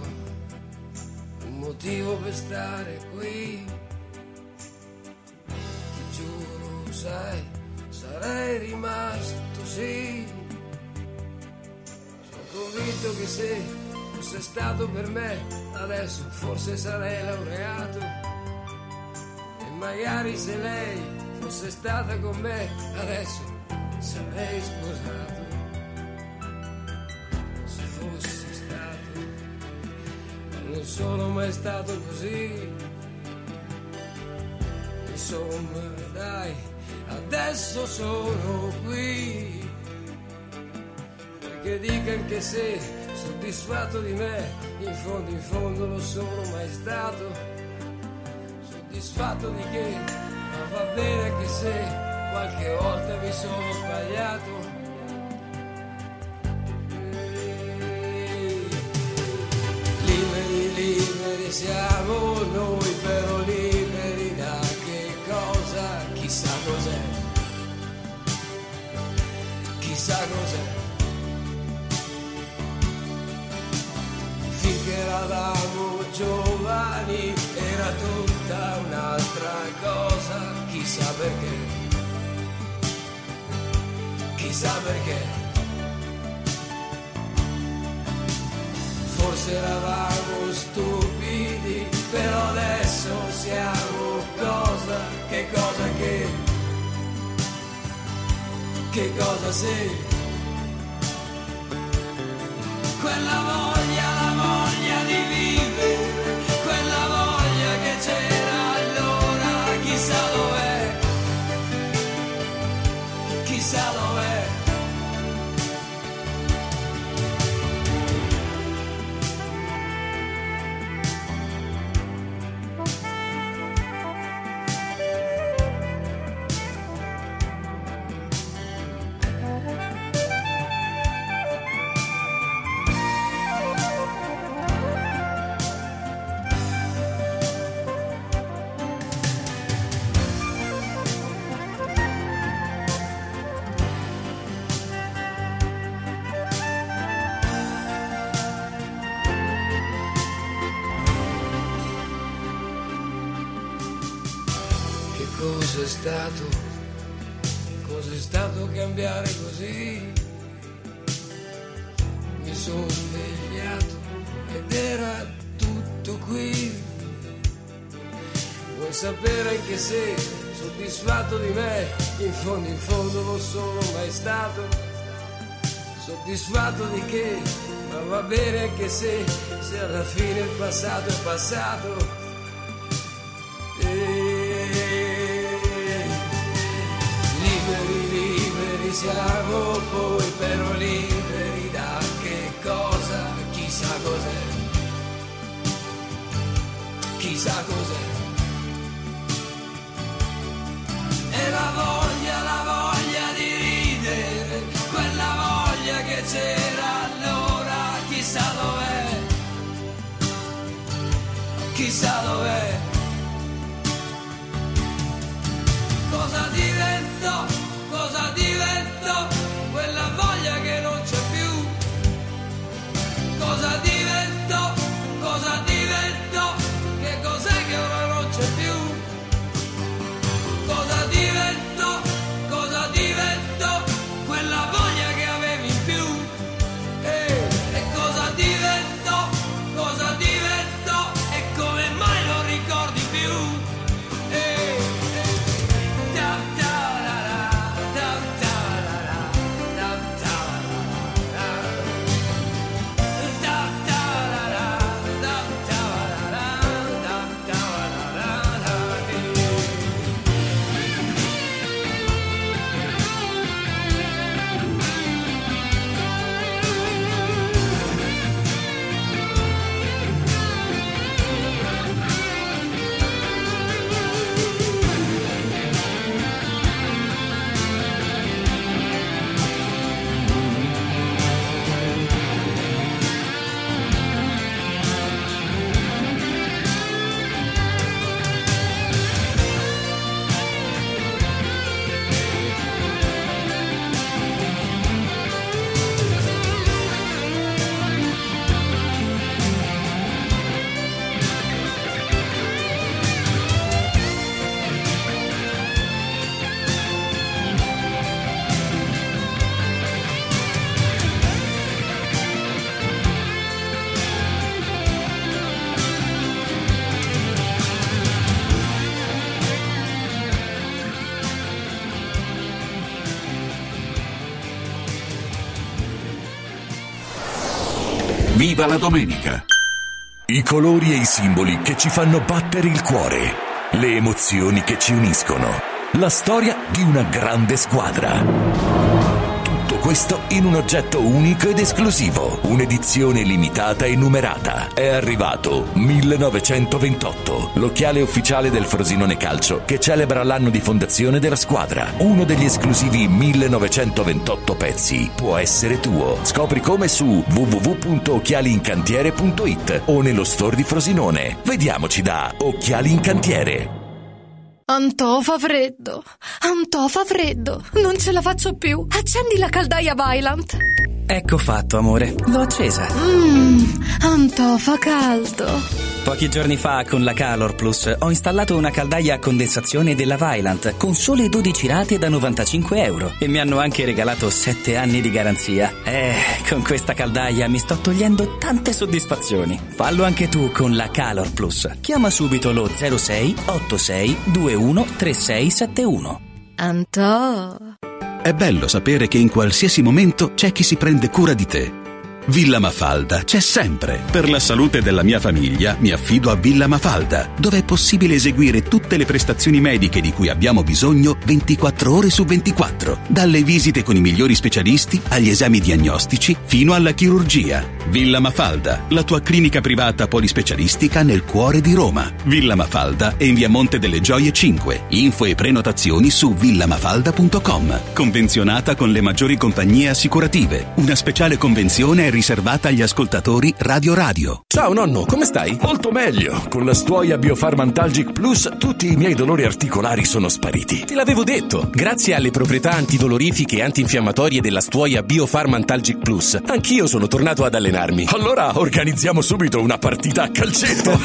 un motivo per stare qui, ti giuro, sai, sarei rimasto, sì. Sono convinto che se fosse stato per me, adesso forse sarei laureato. E magari se lei fosse stata con me, adesso sarei sposato. sono mai stato così. Insomma, dai, adesso sono qui. Perché dican che sei soddisfatto di me, in fondo in fondo lo sono mai stato. Soddisfatto di che, ma va bene anche se qualche volta mi sono sbagliato. Liberi, liberi siamo noi, però liberi da che cosa? Chissà cos'è, chissà cos'è. Finché eravamo giovani era tutta un'altra cosa, chissà perché, chissà perché. Forse eravamo stupidi, però adesso siamo cosa, che cosa che, che cosa sei? Quella voglia, la voglia di vivere, quella voglia che c'era allora, chissà dov'è, chissà dov'è. Cos'è stato, cos'è stato cambiare così? Mi sono svegliato ed era tutto qui. Vuoi sapere anche se soddisfatto di me, in fondo in fondo lo sono mai stato. Soddisfatto di che, ma va bene anche se, se alla fine il passato è passato. E liberi siamo poi, però liberi da che cosa? Chissà cos'è, chissà cos'è. E la voglia, la voglia di ridere, quella voglia che c'era allora, chissà dov'è, chissà dov'è. Cosa divento? Cosa divento? Quella voglia che non c'è più. Cosa divento? Cosa divento? Che cos'è che ora non c'è più? Cosa divento? Cosa divento? Quella voglia che avevi in più. E, e cosa divento? Cosa divento? E come mai non ricordi più? E, Viva la domenica! I colori e i simboli che ci fanno battere il cuore, le emozioni che ci uniscono, la storia di una grande squadra. Tutto questo in un oggetto unico ed esclusivo, un'edizione limitata e numerata. È arrivato millenovecentoventotto, l'occhiale ufficiale del Frosinone Calcio che celebra l'anno di fondazione della squadra. Uno degli esclusivi millenovecentoventotto pezzi può essere tuo. Scopri come su w w w punto occhiali in cantiere punto i t o nello store di Frosinone. Vediamoci da Occhiali in Cantiere. Antò fa freddo, Antò fa freddo, non ce la faccio più. Accendi la caldaia Vaillant. Ecco fatto, amore, l'ho accesa. Mmm, Antò fa caldo. Pochi giorni fa con la Calor Plus ho installato una caldaia a condensazione della Vaillant con sole dodici rate da novantacinque euro e mi hanno anche regalato sette anni di garanzia. Eh, con questa caldaia mi sto togliendo tante soddisfazioni. Fallo anche tu con la Calor Plus. Chiama subito lo zero sei otto sei due uno tre sei sette uno. Antò. È bello sapere che in qualsiasi momento c'è chi si prende cura di te. Villa Mafalda c'è sempre. Per la salute della mia famiglia mi affido a Villa Mafalda, dove è possibile eseguire tutte le prestazioni mediche di cui abbiamo bisogno ventiquattro ore su ventiquattro, dalle visite con i migliori specialisti agli esami diagnostici fino alla chirurgia. Villa Mafalda, la tua clinica privata polispecialistica nel cuore di Roma. Villa Mafalda è in via Monte delle Gioie cinque. Info e prenotazioni su villamafalda punto com. Convenzionata con le maggiori compagnie assicurative. Una speciale convenzione è riservata agli ascoltatori Radio Radio. Ciao nonno, come stai? Molto meglio. Con la Stuoia Biofarmantalgic Plus tutti i miei dolori articolari sono spariti. Te l'avevo detto. Grazie alle proprietà antidolorifiche e antinfiammatorie della Stuoia Biofarmantalgic Plus, anch'io sono tornato ad allenarmi. Allora organizziamo subito una partita a calcetto.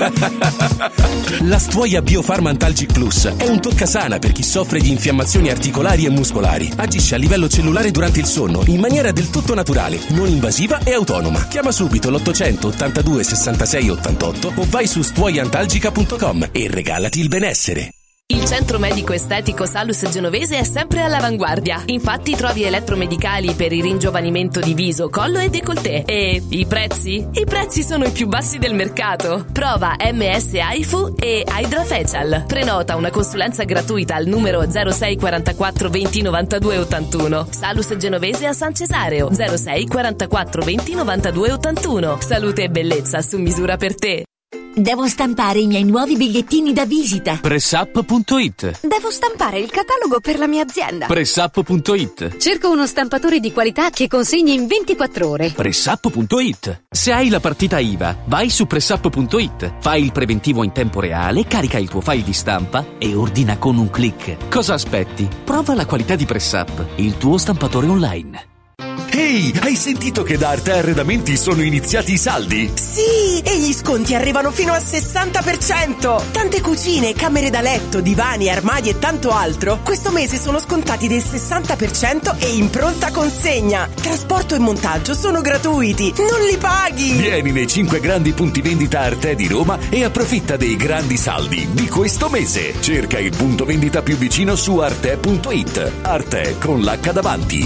La Stuoia Biofarmantalgic Plus è un toccasana per chi soffre di infiammazioni articolari e muscolari. Agisce a livello cellulare durante il sonno in maniera del tutto naturale, non invasiva e autonoma. Chiama subito l'ottocento ottantadue sessantasei ottantotto o vai su stuoiantalgica punto com e regalati il benessere. Il centro medico estetico Salus Genovese è sempre all'avanguardia. Infatti trovi elettromedicali per il ringiovanimento di viso, collo e décolleté. E i prezzi? I prezzi sono i più bassi del mercato. Prova M S AIFU e Hydra Facial. Prenota una consulenza gratuita al numero zero sei quarantaquattro venti novantadue ottantuno. Salus Genovese a San Cesareo zero sei quarantaquattro venti novantadue ottantuno. Salute e bellezza su misura per te. Devo stampare i miei nuovi bigliettini da visita. Pressup punto it. Devo stampare il catalogo per la mia azienda. Pressup punto it. Cerco uno stampatore di qualità che consegni in ventiquattro ore. Pressup punto it. Se hai la partita I V A, vai su Pressup punto it, fai il preventivo in tempo reale, carica il tuo file di stampa e ordina con un click. Cosa aspetti? Prova la qualità di Pressup, il tuo stampatore online. Ehi, hai sentito che da Arte Arredamenti sono iniziati i saldi? Sì, e gli sconti arrivano fino al sessanta per cento. Tante cucine, camere da letto, divani, armadi e tanto altro questo mese sono scontati del sessanta per cento e in pronta consegna. Trasporto e montaggio sono gratuiti, non li paghi. Vieni nei cinque grandi punti vendita Arte di Roma e approfitta dei grandi saldi di questo mese. Cerca il punto vendita più vicino su arte punto it. Arte con l'H davanti.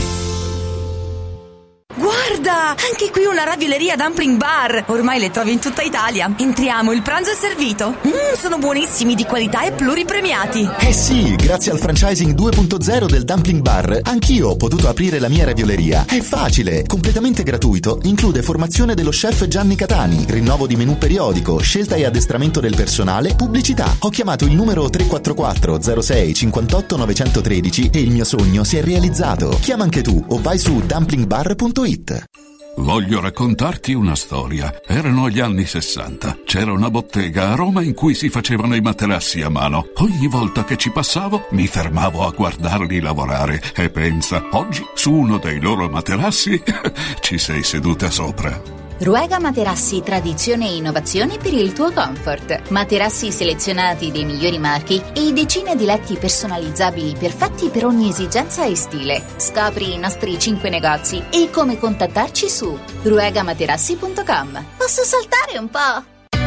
Guarda, anche qui una ravioleria dumpling bar. Ormai le trovi in tutta Italia. Entriamo, il pranzo è servito. Mmm, sono buonissimi, di qualità e pluripremiati. Eh sì, grazie al franchising due punto zero del Dumpling Bar, anch'io ho potuto aprire la mia ravioleria. È facile, completamente gratuito, include formazione dello chef Gianni Catani, rinnovo di menù periodico, scelta e addestramento del personale, pubblicità. Ho chiamato il numero tre quattro quattro zero sei cinquantotto novecentotredici e il mio sogno si è realizzato. Chiama anche tu o vai su dumpling bar punto it. Voglio raccontarti una storia. Erano gli anni sessanta. C'era una bottega a Roma in cui si facevano i materassi a mano. Ogni volta che ci passavo mi fermavo a guardarli lavorare e pensa, oggi su uno dei loro materassi ci sei seduta sopra. Ruega Materassi, tradizione e innovazione per il tuo comfort. Materassi selezionati dei migliori marchi e decine di letti personalizzabili perfetti per ogni esigenza e stile. Scopri i nostri cinque negozi e come contattarci su ruega materassi punto com. Posso saltare un po'?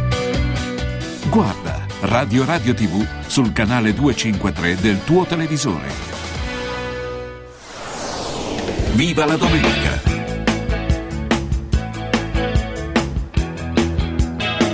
Guarda Radio Radio tivù sul canale duecentocinquantatré del tuo televisore. Viva la domenica!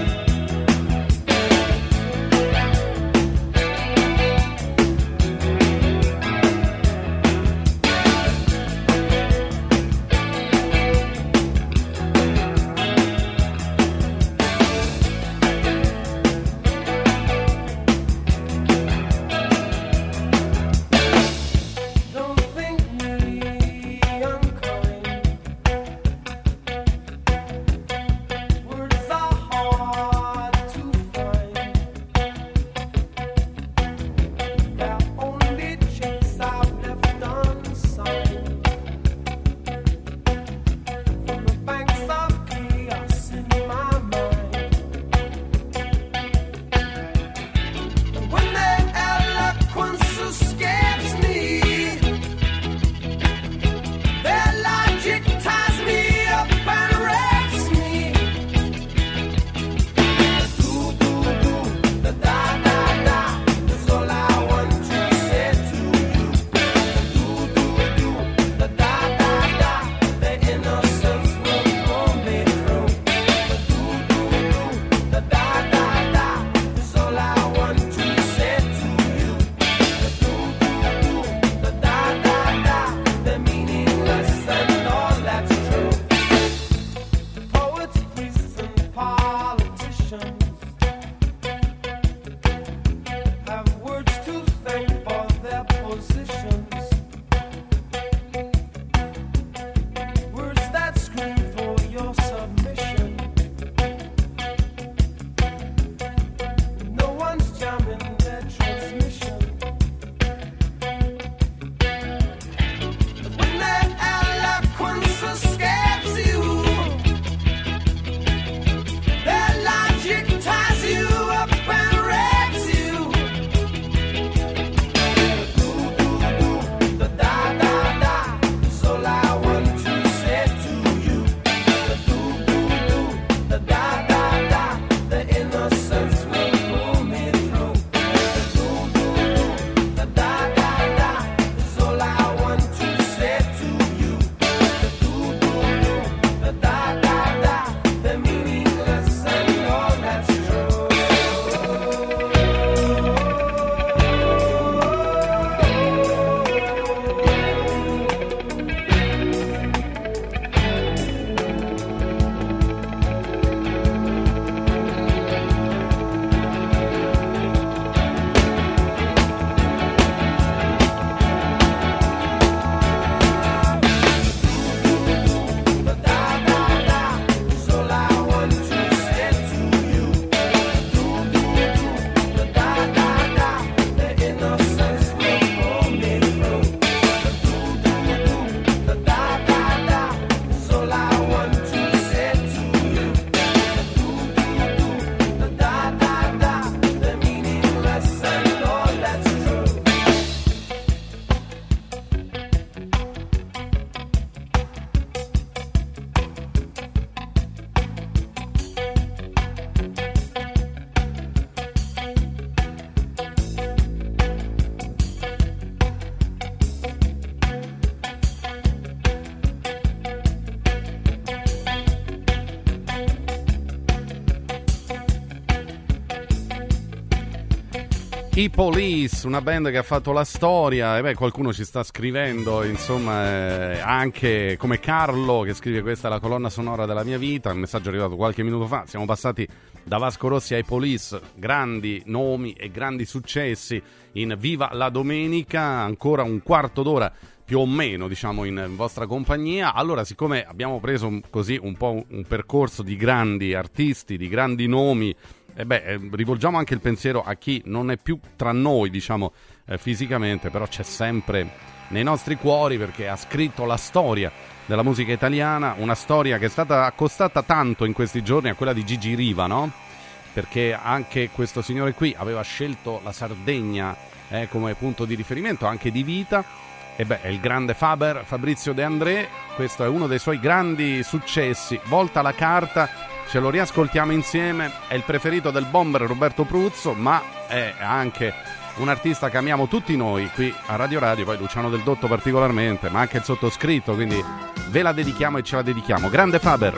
I Police, una band che ha fatto la storia, e beh, qualcuno ci sta scrivendo, insomma, eh, anche come Carlo che scrive: questa è la colonna sonora della mia vita. Il messaggio è arrivato qualche minuto fa. Siamo passati da Vasco Rossi ai Police, grandi nomi e grandi successi in Viva la Domenica, ancora un quarto d'ora più o meno, diciamo, in vostra compagnia. Allora, siccome abbiamo preso un, così un po' un, un percorso di grandi artisti, di grandi nomi, e beh, eh, rivolgiamo anche il pensiero a chi non è più tra noi, diciamo, eh, fisicamente, però c'è sempre nei nostri cuori, perché ha scritto la storia della musica italiana, una storia che è stata accostata tanto in questi giorni a quella di Gigi Riva, no? Perché anche questo signore qui aveva scelto la Sardegna eh, come punto di riferimento anche di vita. E beh, è il grande Faber, Fabrizio De André. Questo è uno dei suoi grandi successi, Volta la carta. Ce lo riascoltiamo insieme, è il preferito del bomber Roberto Pruzzo, ma è anche un artista che amiamo tutti noi qui a Radio Radio, poi Luciano Del Dotto particolarmente, ma anche il sottoscritto, quindi ve la dedichiamo e ce la dedichiamo. Grande Faber!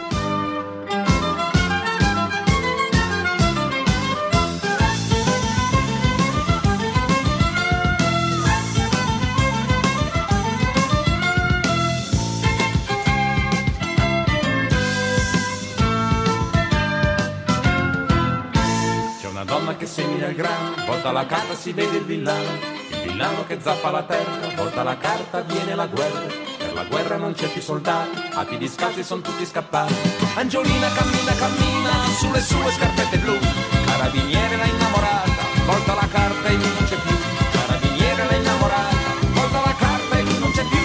Che semina il grano, volta la carta si vede il villano, il villano che zappa la terra, volta la carta viene la guerra, per la guerra non c'è più soldati, a piedi scalzi son tutti scappati. Angiolina cammina, cammina, sulle sue scarpette blu, carabiniere l'ha innamorata, volta la carta e lui non c'è più, carabiniere l'ha innamorata, volta la carta e lui non c'è più.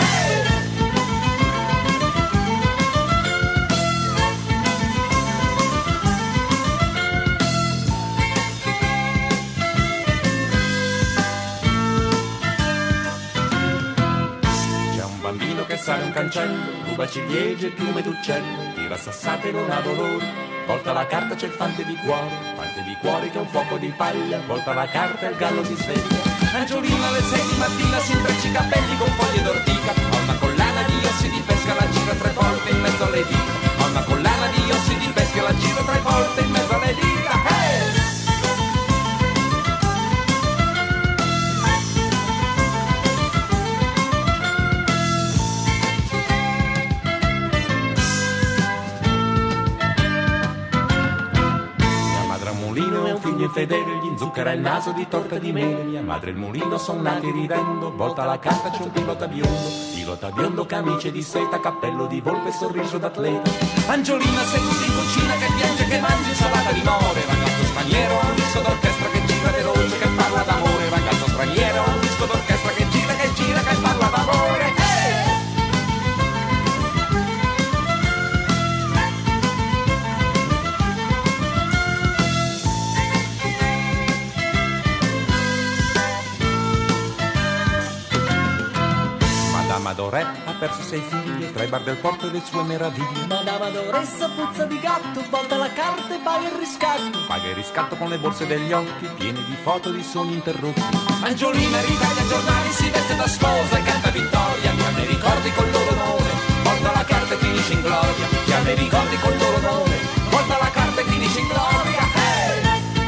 Che sale un cancello, ruba ciliegie, piume d'uccello, tira sassate e non ha dolore, volta la carta c'è il fante di cuore, fante di cuore che è un fuoco di paglia, volta la carta e il gallo si sveglia. Angiolina alle sei di mattina si intreccia i capelli con foglie d'ortica, ha una collana di ossi di pesca, la gira tre volte in mezzo alle dita, ha una collana di ossi di pesca, la gira tre volte in mezzo alle dita. Hey! Fedele, gli inzucchera il naso di torta di mele, mia madre e il mulino son nati ridendo, volta la carta c'è un pilota biondo, pilota biondo, camice di seta, cappello di volpe, sorriso d'atleta. Angiolina seduta in cucina che piange, che mangia insalata di more, ragazzo straniero ha un disco d'orchestra che gira veloce, che parla d'amore, ragazzo straniero ha un disco d'orchestra che gira, che gira, che parla d'amore. Madore ha perso sei figli tra i bar del porto e le sue meraviglie. Madama Doressa puzza di gatto, volta la carta e paga il riscatto. Paga il riscatto con le borse degli occhi piene di foto di sogni interrotti. Angiolina ritaglia giornali, si veste da sposa e canta vittoria. Chi ha dei ricordi col loro nome, volta la carta e finisce in gloria. Chi ha dei ricordi col loro nome, volta la carta e finisce in gloria. Hey!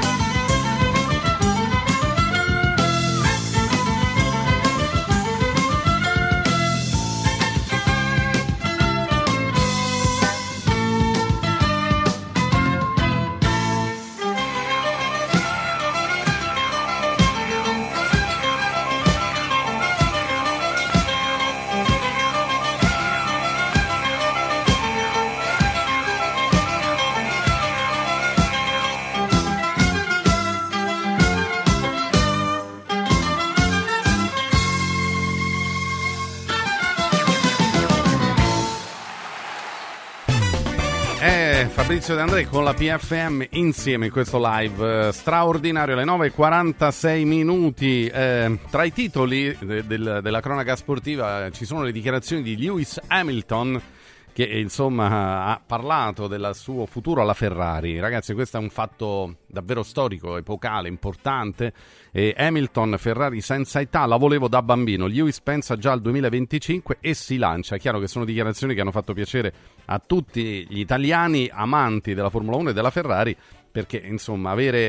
Fabrizio De André con la P F M insieme in questo live eh, straordinario alle nove e quarantasei minuti. Eh, tra i titoli de- del, della cronaca sportiva eh, ci sono le dichiarazioni di Lewis Hamilton, che insomma ha parlato del suo futuro alla Ferrari. Ragazzi, questo è un fatto davvero storico, epocale, importante. E Hamilton, Ferrari senza età, la volevo da bambino. Lewis pensa già al duemilaventicinque e si lancia. È chiaro che sono dichiarazioni che hanno fatto piacere a tutti gli italiani amanti della Formula uno e della Ferrari, perché insomma avere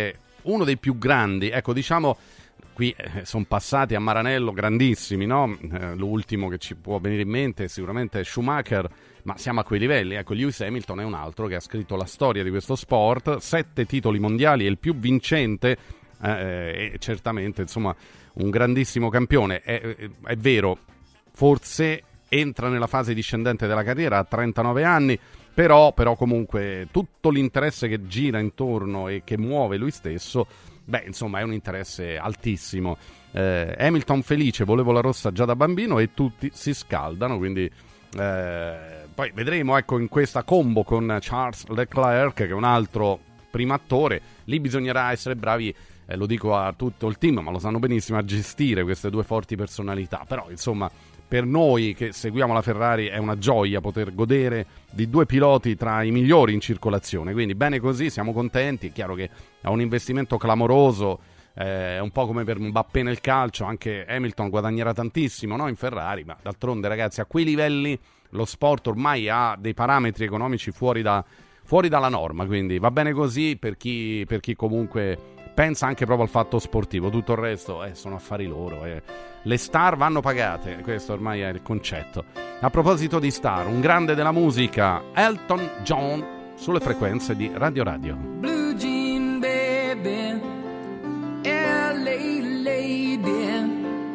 uno dei più grandi, ecco diciamo, qui eh, sono passati a Maranello grandissimi, no? Eh, l'ultimo che ci può venire in mente sicuramente è Schumacher, ma siamo a quei livelli. Ecco, Lewis Hamilton è un altro che ha scritto la storia di questo sport, sette titoli mondiali, è il più vincente, eh, e certamente insomma un grandissimo campione. È, è, è vero, forse entra nella fase discendente della carriera a trentanove anni, però, però comunque tutto l'interesse che gira intorno e che muove lui stesso, beh, insomma, è un interesse altissimo. Eh, Hamilton felice, volevo la rossa già da bambino, e tutti si scaldano, quindi eh, poi vedremo, ecco, in questa combo con Charles Leclerc, che è un altro primo attore, lì bisognerà essere bravi, eh, lo dico a tutto il team, ma lo sanno benissimo, a gestire queste due forti personalità. Però, insomma, per noi che seguiamo la Ferrari è una gioia poter godere di due piloti tra i migliori in circolazione, quindi bene così, siamo contenti. È chiaro che è un investimento clamoroso, è eh, un po' come per Mbappé nel calcio, anche Hamilton guadagnerà tantissimo, no, in Ferrari, ma d'altronde, ragazzi, a quei livelli lo sport ormai ha dei parametri economici fuori, da, fuori dalla norma, quindi va bene così per chi, per chi comunque pensa anche proprio al fatto sportivo. Tutto il resto eh, sono affari loro, eh. Le star vanno pagate, questo ormai è il concetto. A proposito di star, un grande della musica, Elton John, sulle frequenze di Radio Radio. Blue jean baby, L A lady,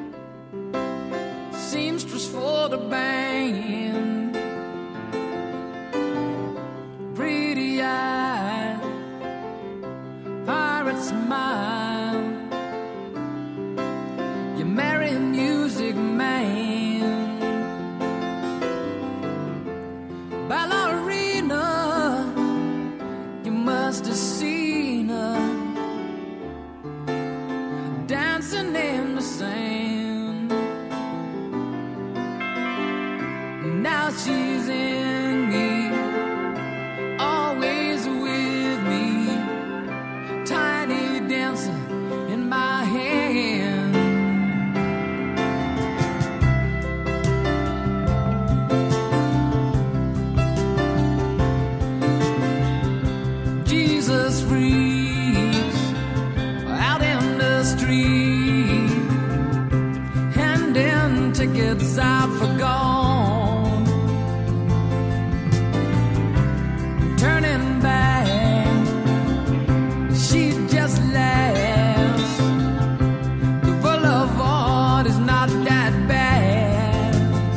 seamstress for the band, pretty eye, pirate smile, you marry a music man, ballerina, you must have seen her dancing in the sand. Now she's in me, always with me, tiny dancer in my hand. Jesus freaks out in the street, handing tickets out for gone, turning back, she just laughs. The boulevard is not that bad.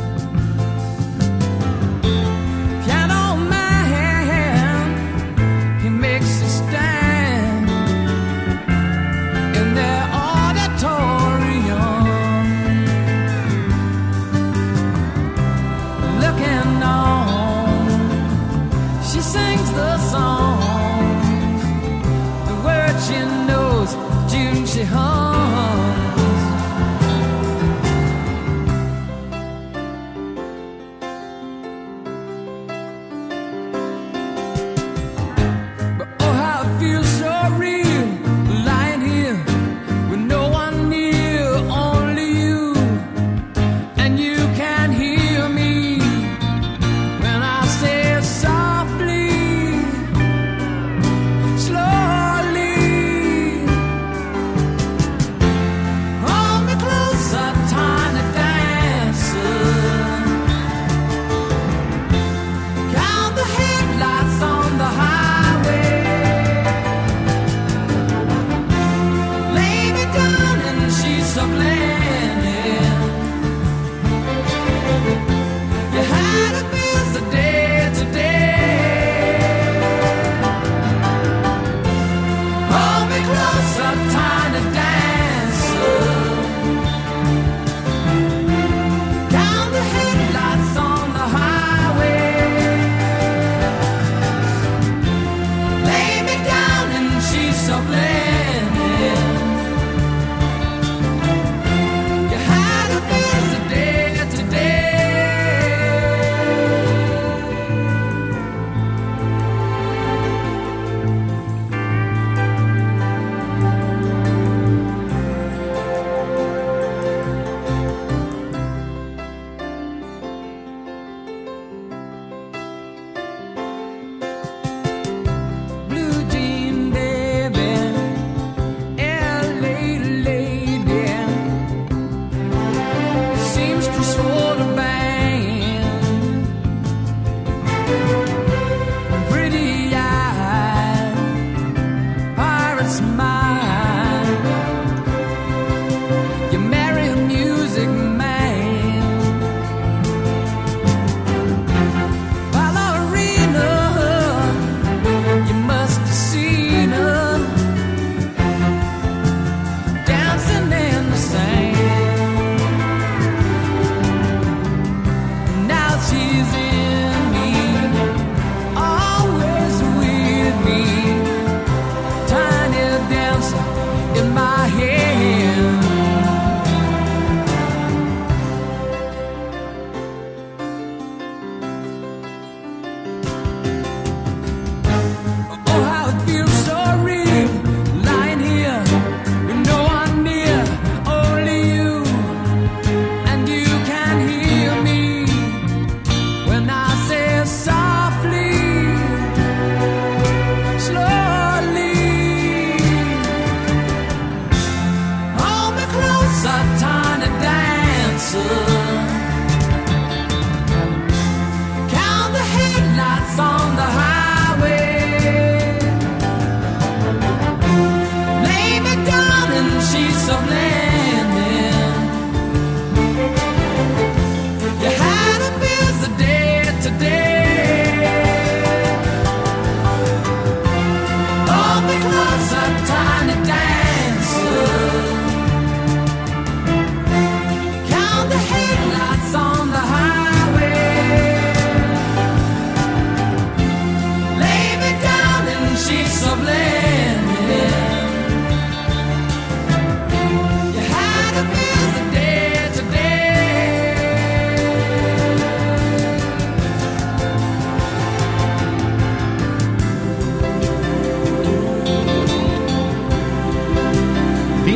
Piano man, he makes a stand in their auditorium, looking on. She sings the songs, the words she knows, tune she hums. But oh, how it feels so real, lying here with no one near, only you, and you can hear me when I say softly, slowly, hold me closer, tiny dancer, count the headlights on the highway, lay me down in the sheets of linen. You had a busy day today. Hold me closer, tiny dancer, count the headlights on the highway, lay me down in the sheets of linen. You had a busy day today. Blue jean baby,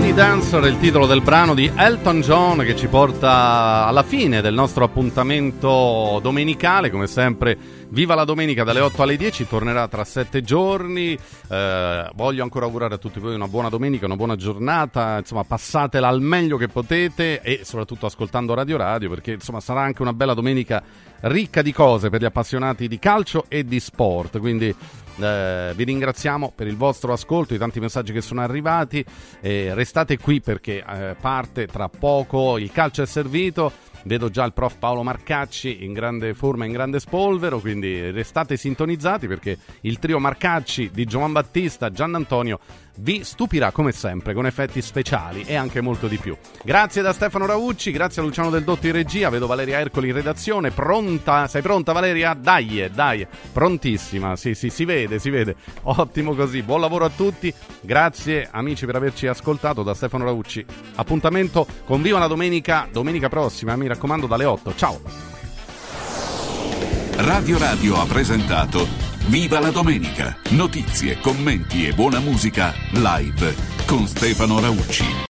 Tiny Dancer è il titolo del brano di Elton John, che ci porta alla fine del nostro appuntamento domenicale. Come sempre, viva la domenica dalle otto alle dieci, tornerà tra sette giorni. Eh, voglio ancora augurare a tutti voi una buona domenica, una buona giornata, insomma passatela al meglio che potete e soprattutto ascoltando Radio Radio, perché insomma sarà anche una bella domenica ricca di cose per gli appassionati di calcio e di sport. Quindi Eh, vi ringraziamo per il vostro ascolto, i tanti messaggi che sono arrivati, eh, restate qui perché eh, parte tra poco il calcio è servito. Vedo già il prof Paolo Marcacci in grande forma, in grande spolvero, quindi restate sintonizzati perché il trio Marcacci di Giovan Battista, Giannantonio vi stupirà come sempre con effetti speciali e anche molto di più. Grazie da Stefano Raucci, grazie a Luciano Del Dotto in regia, vedo Valeria Ercoli in redazione. Pronta? Sei pronta Valeria? Dai, dai, prontissima, sì sì, si vede, si vede, ottimo così, buon lavoro a tutti, grazie amici per averci ascoltato. Da Stefano Raucci, appuntamento con Viva la Domenica, domenica prossima, mi raccomando dalle otto, ciao. Radio Radio ha presentato Viva la Domenica, notizie, commenti e buona musica live con Stefano Raucci.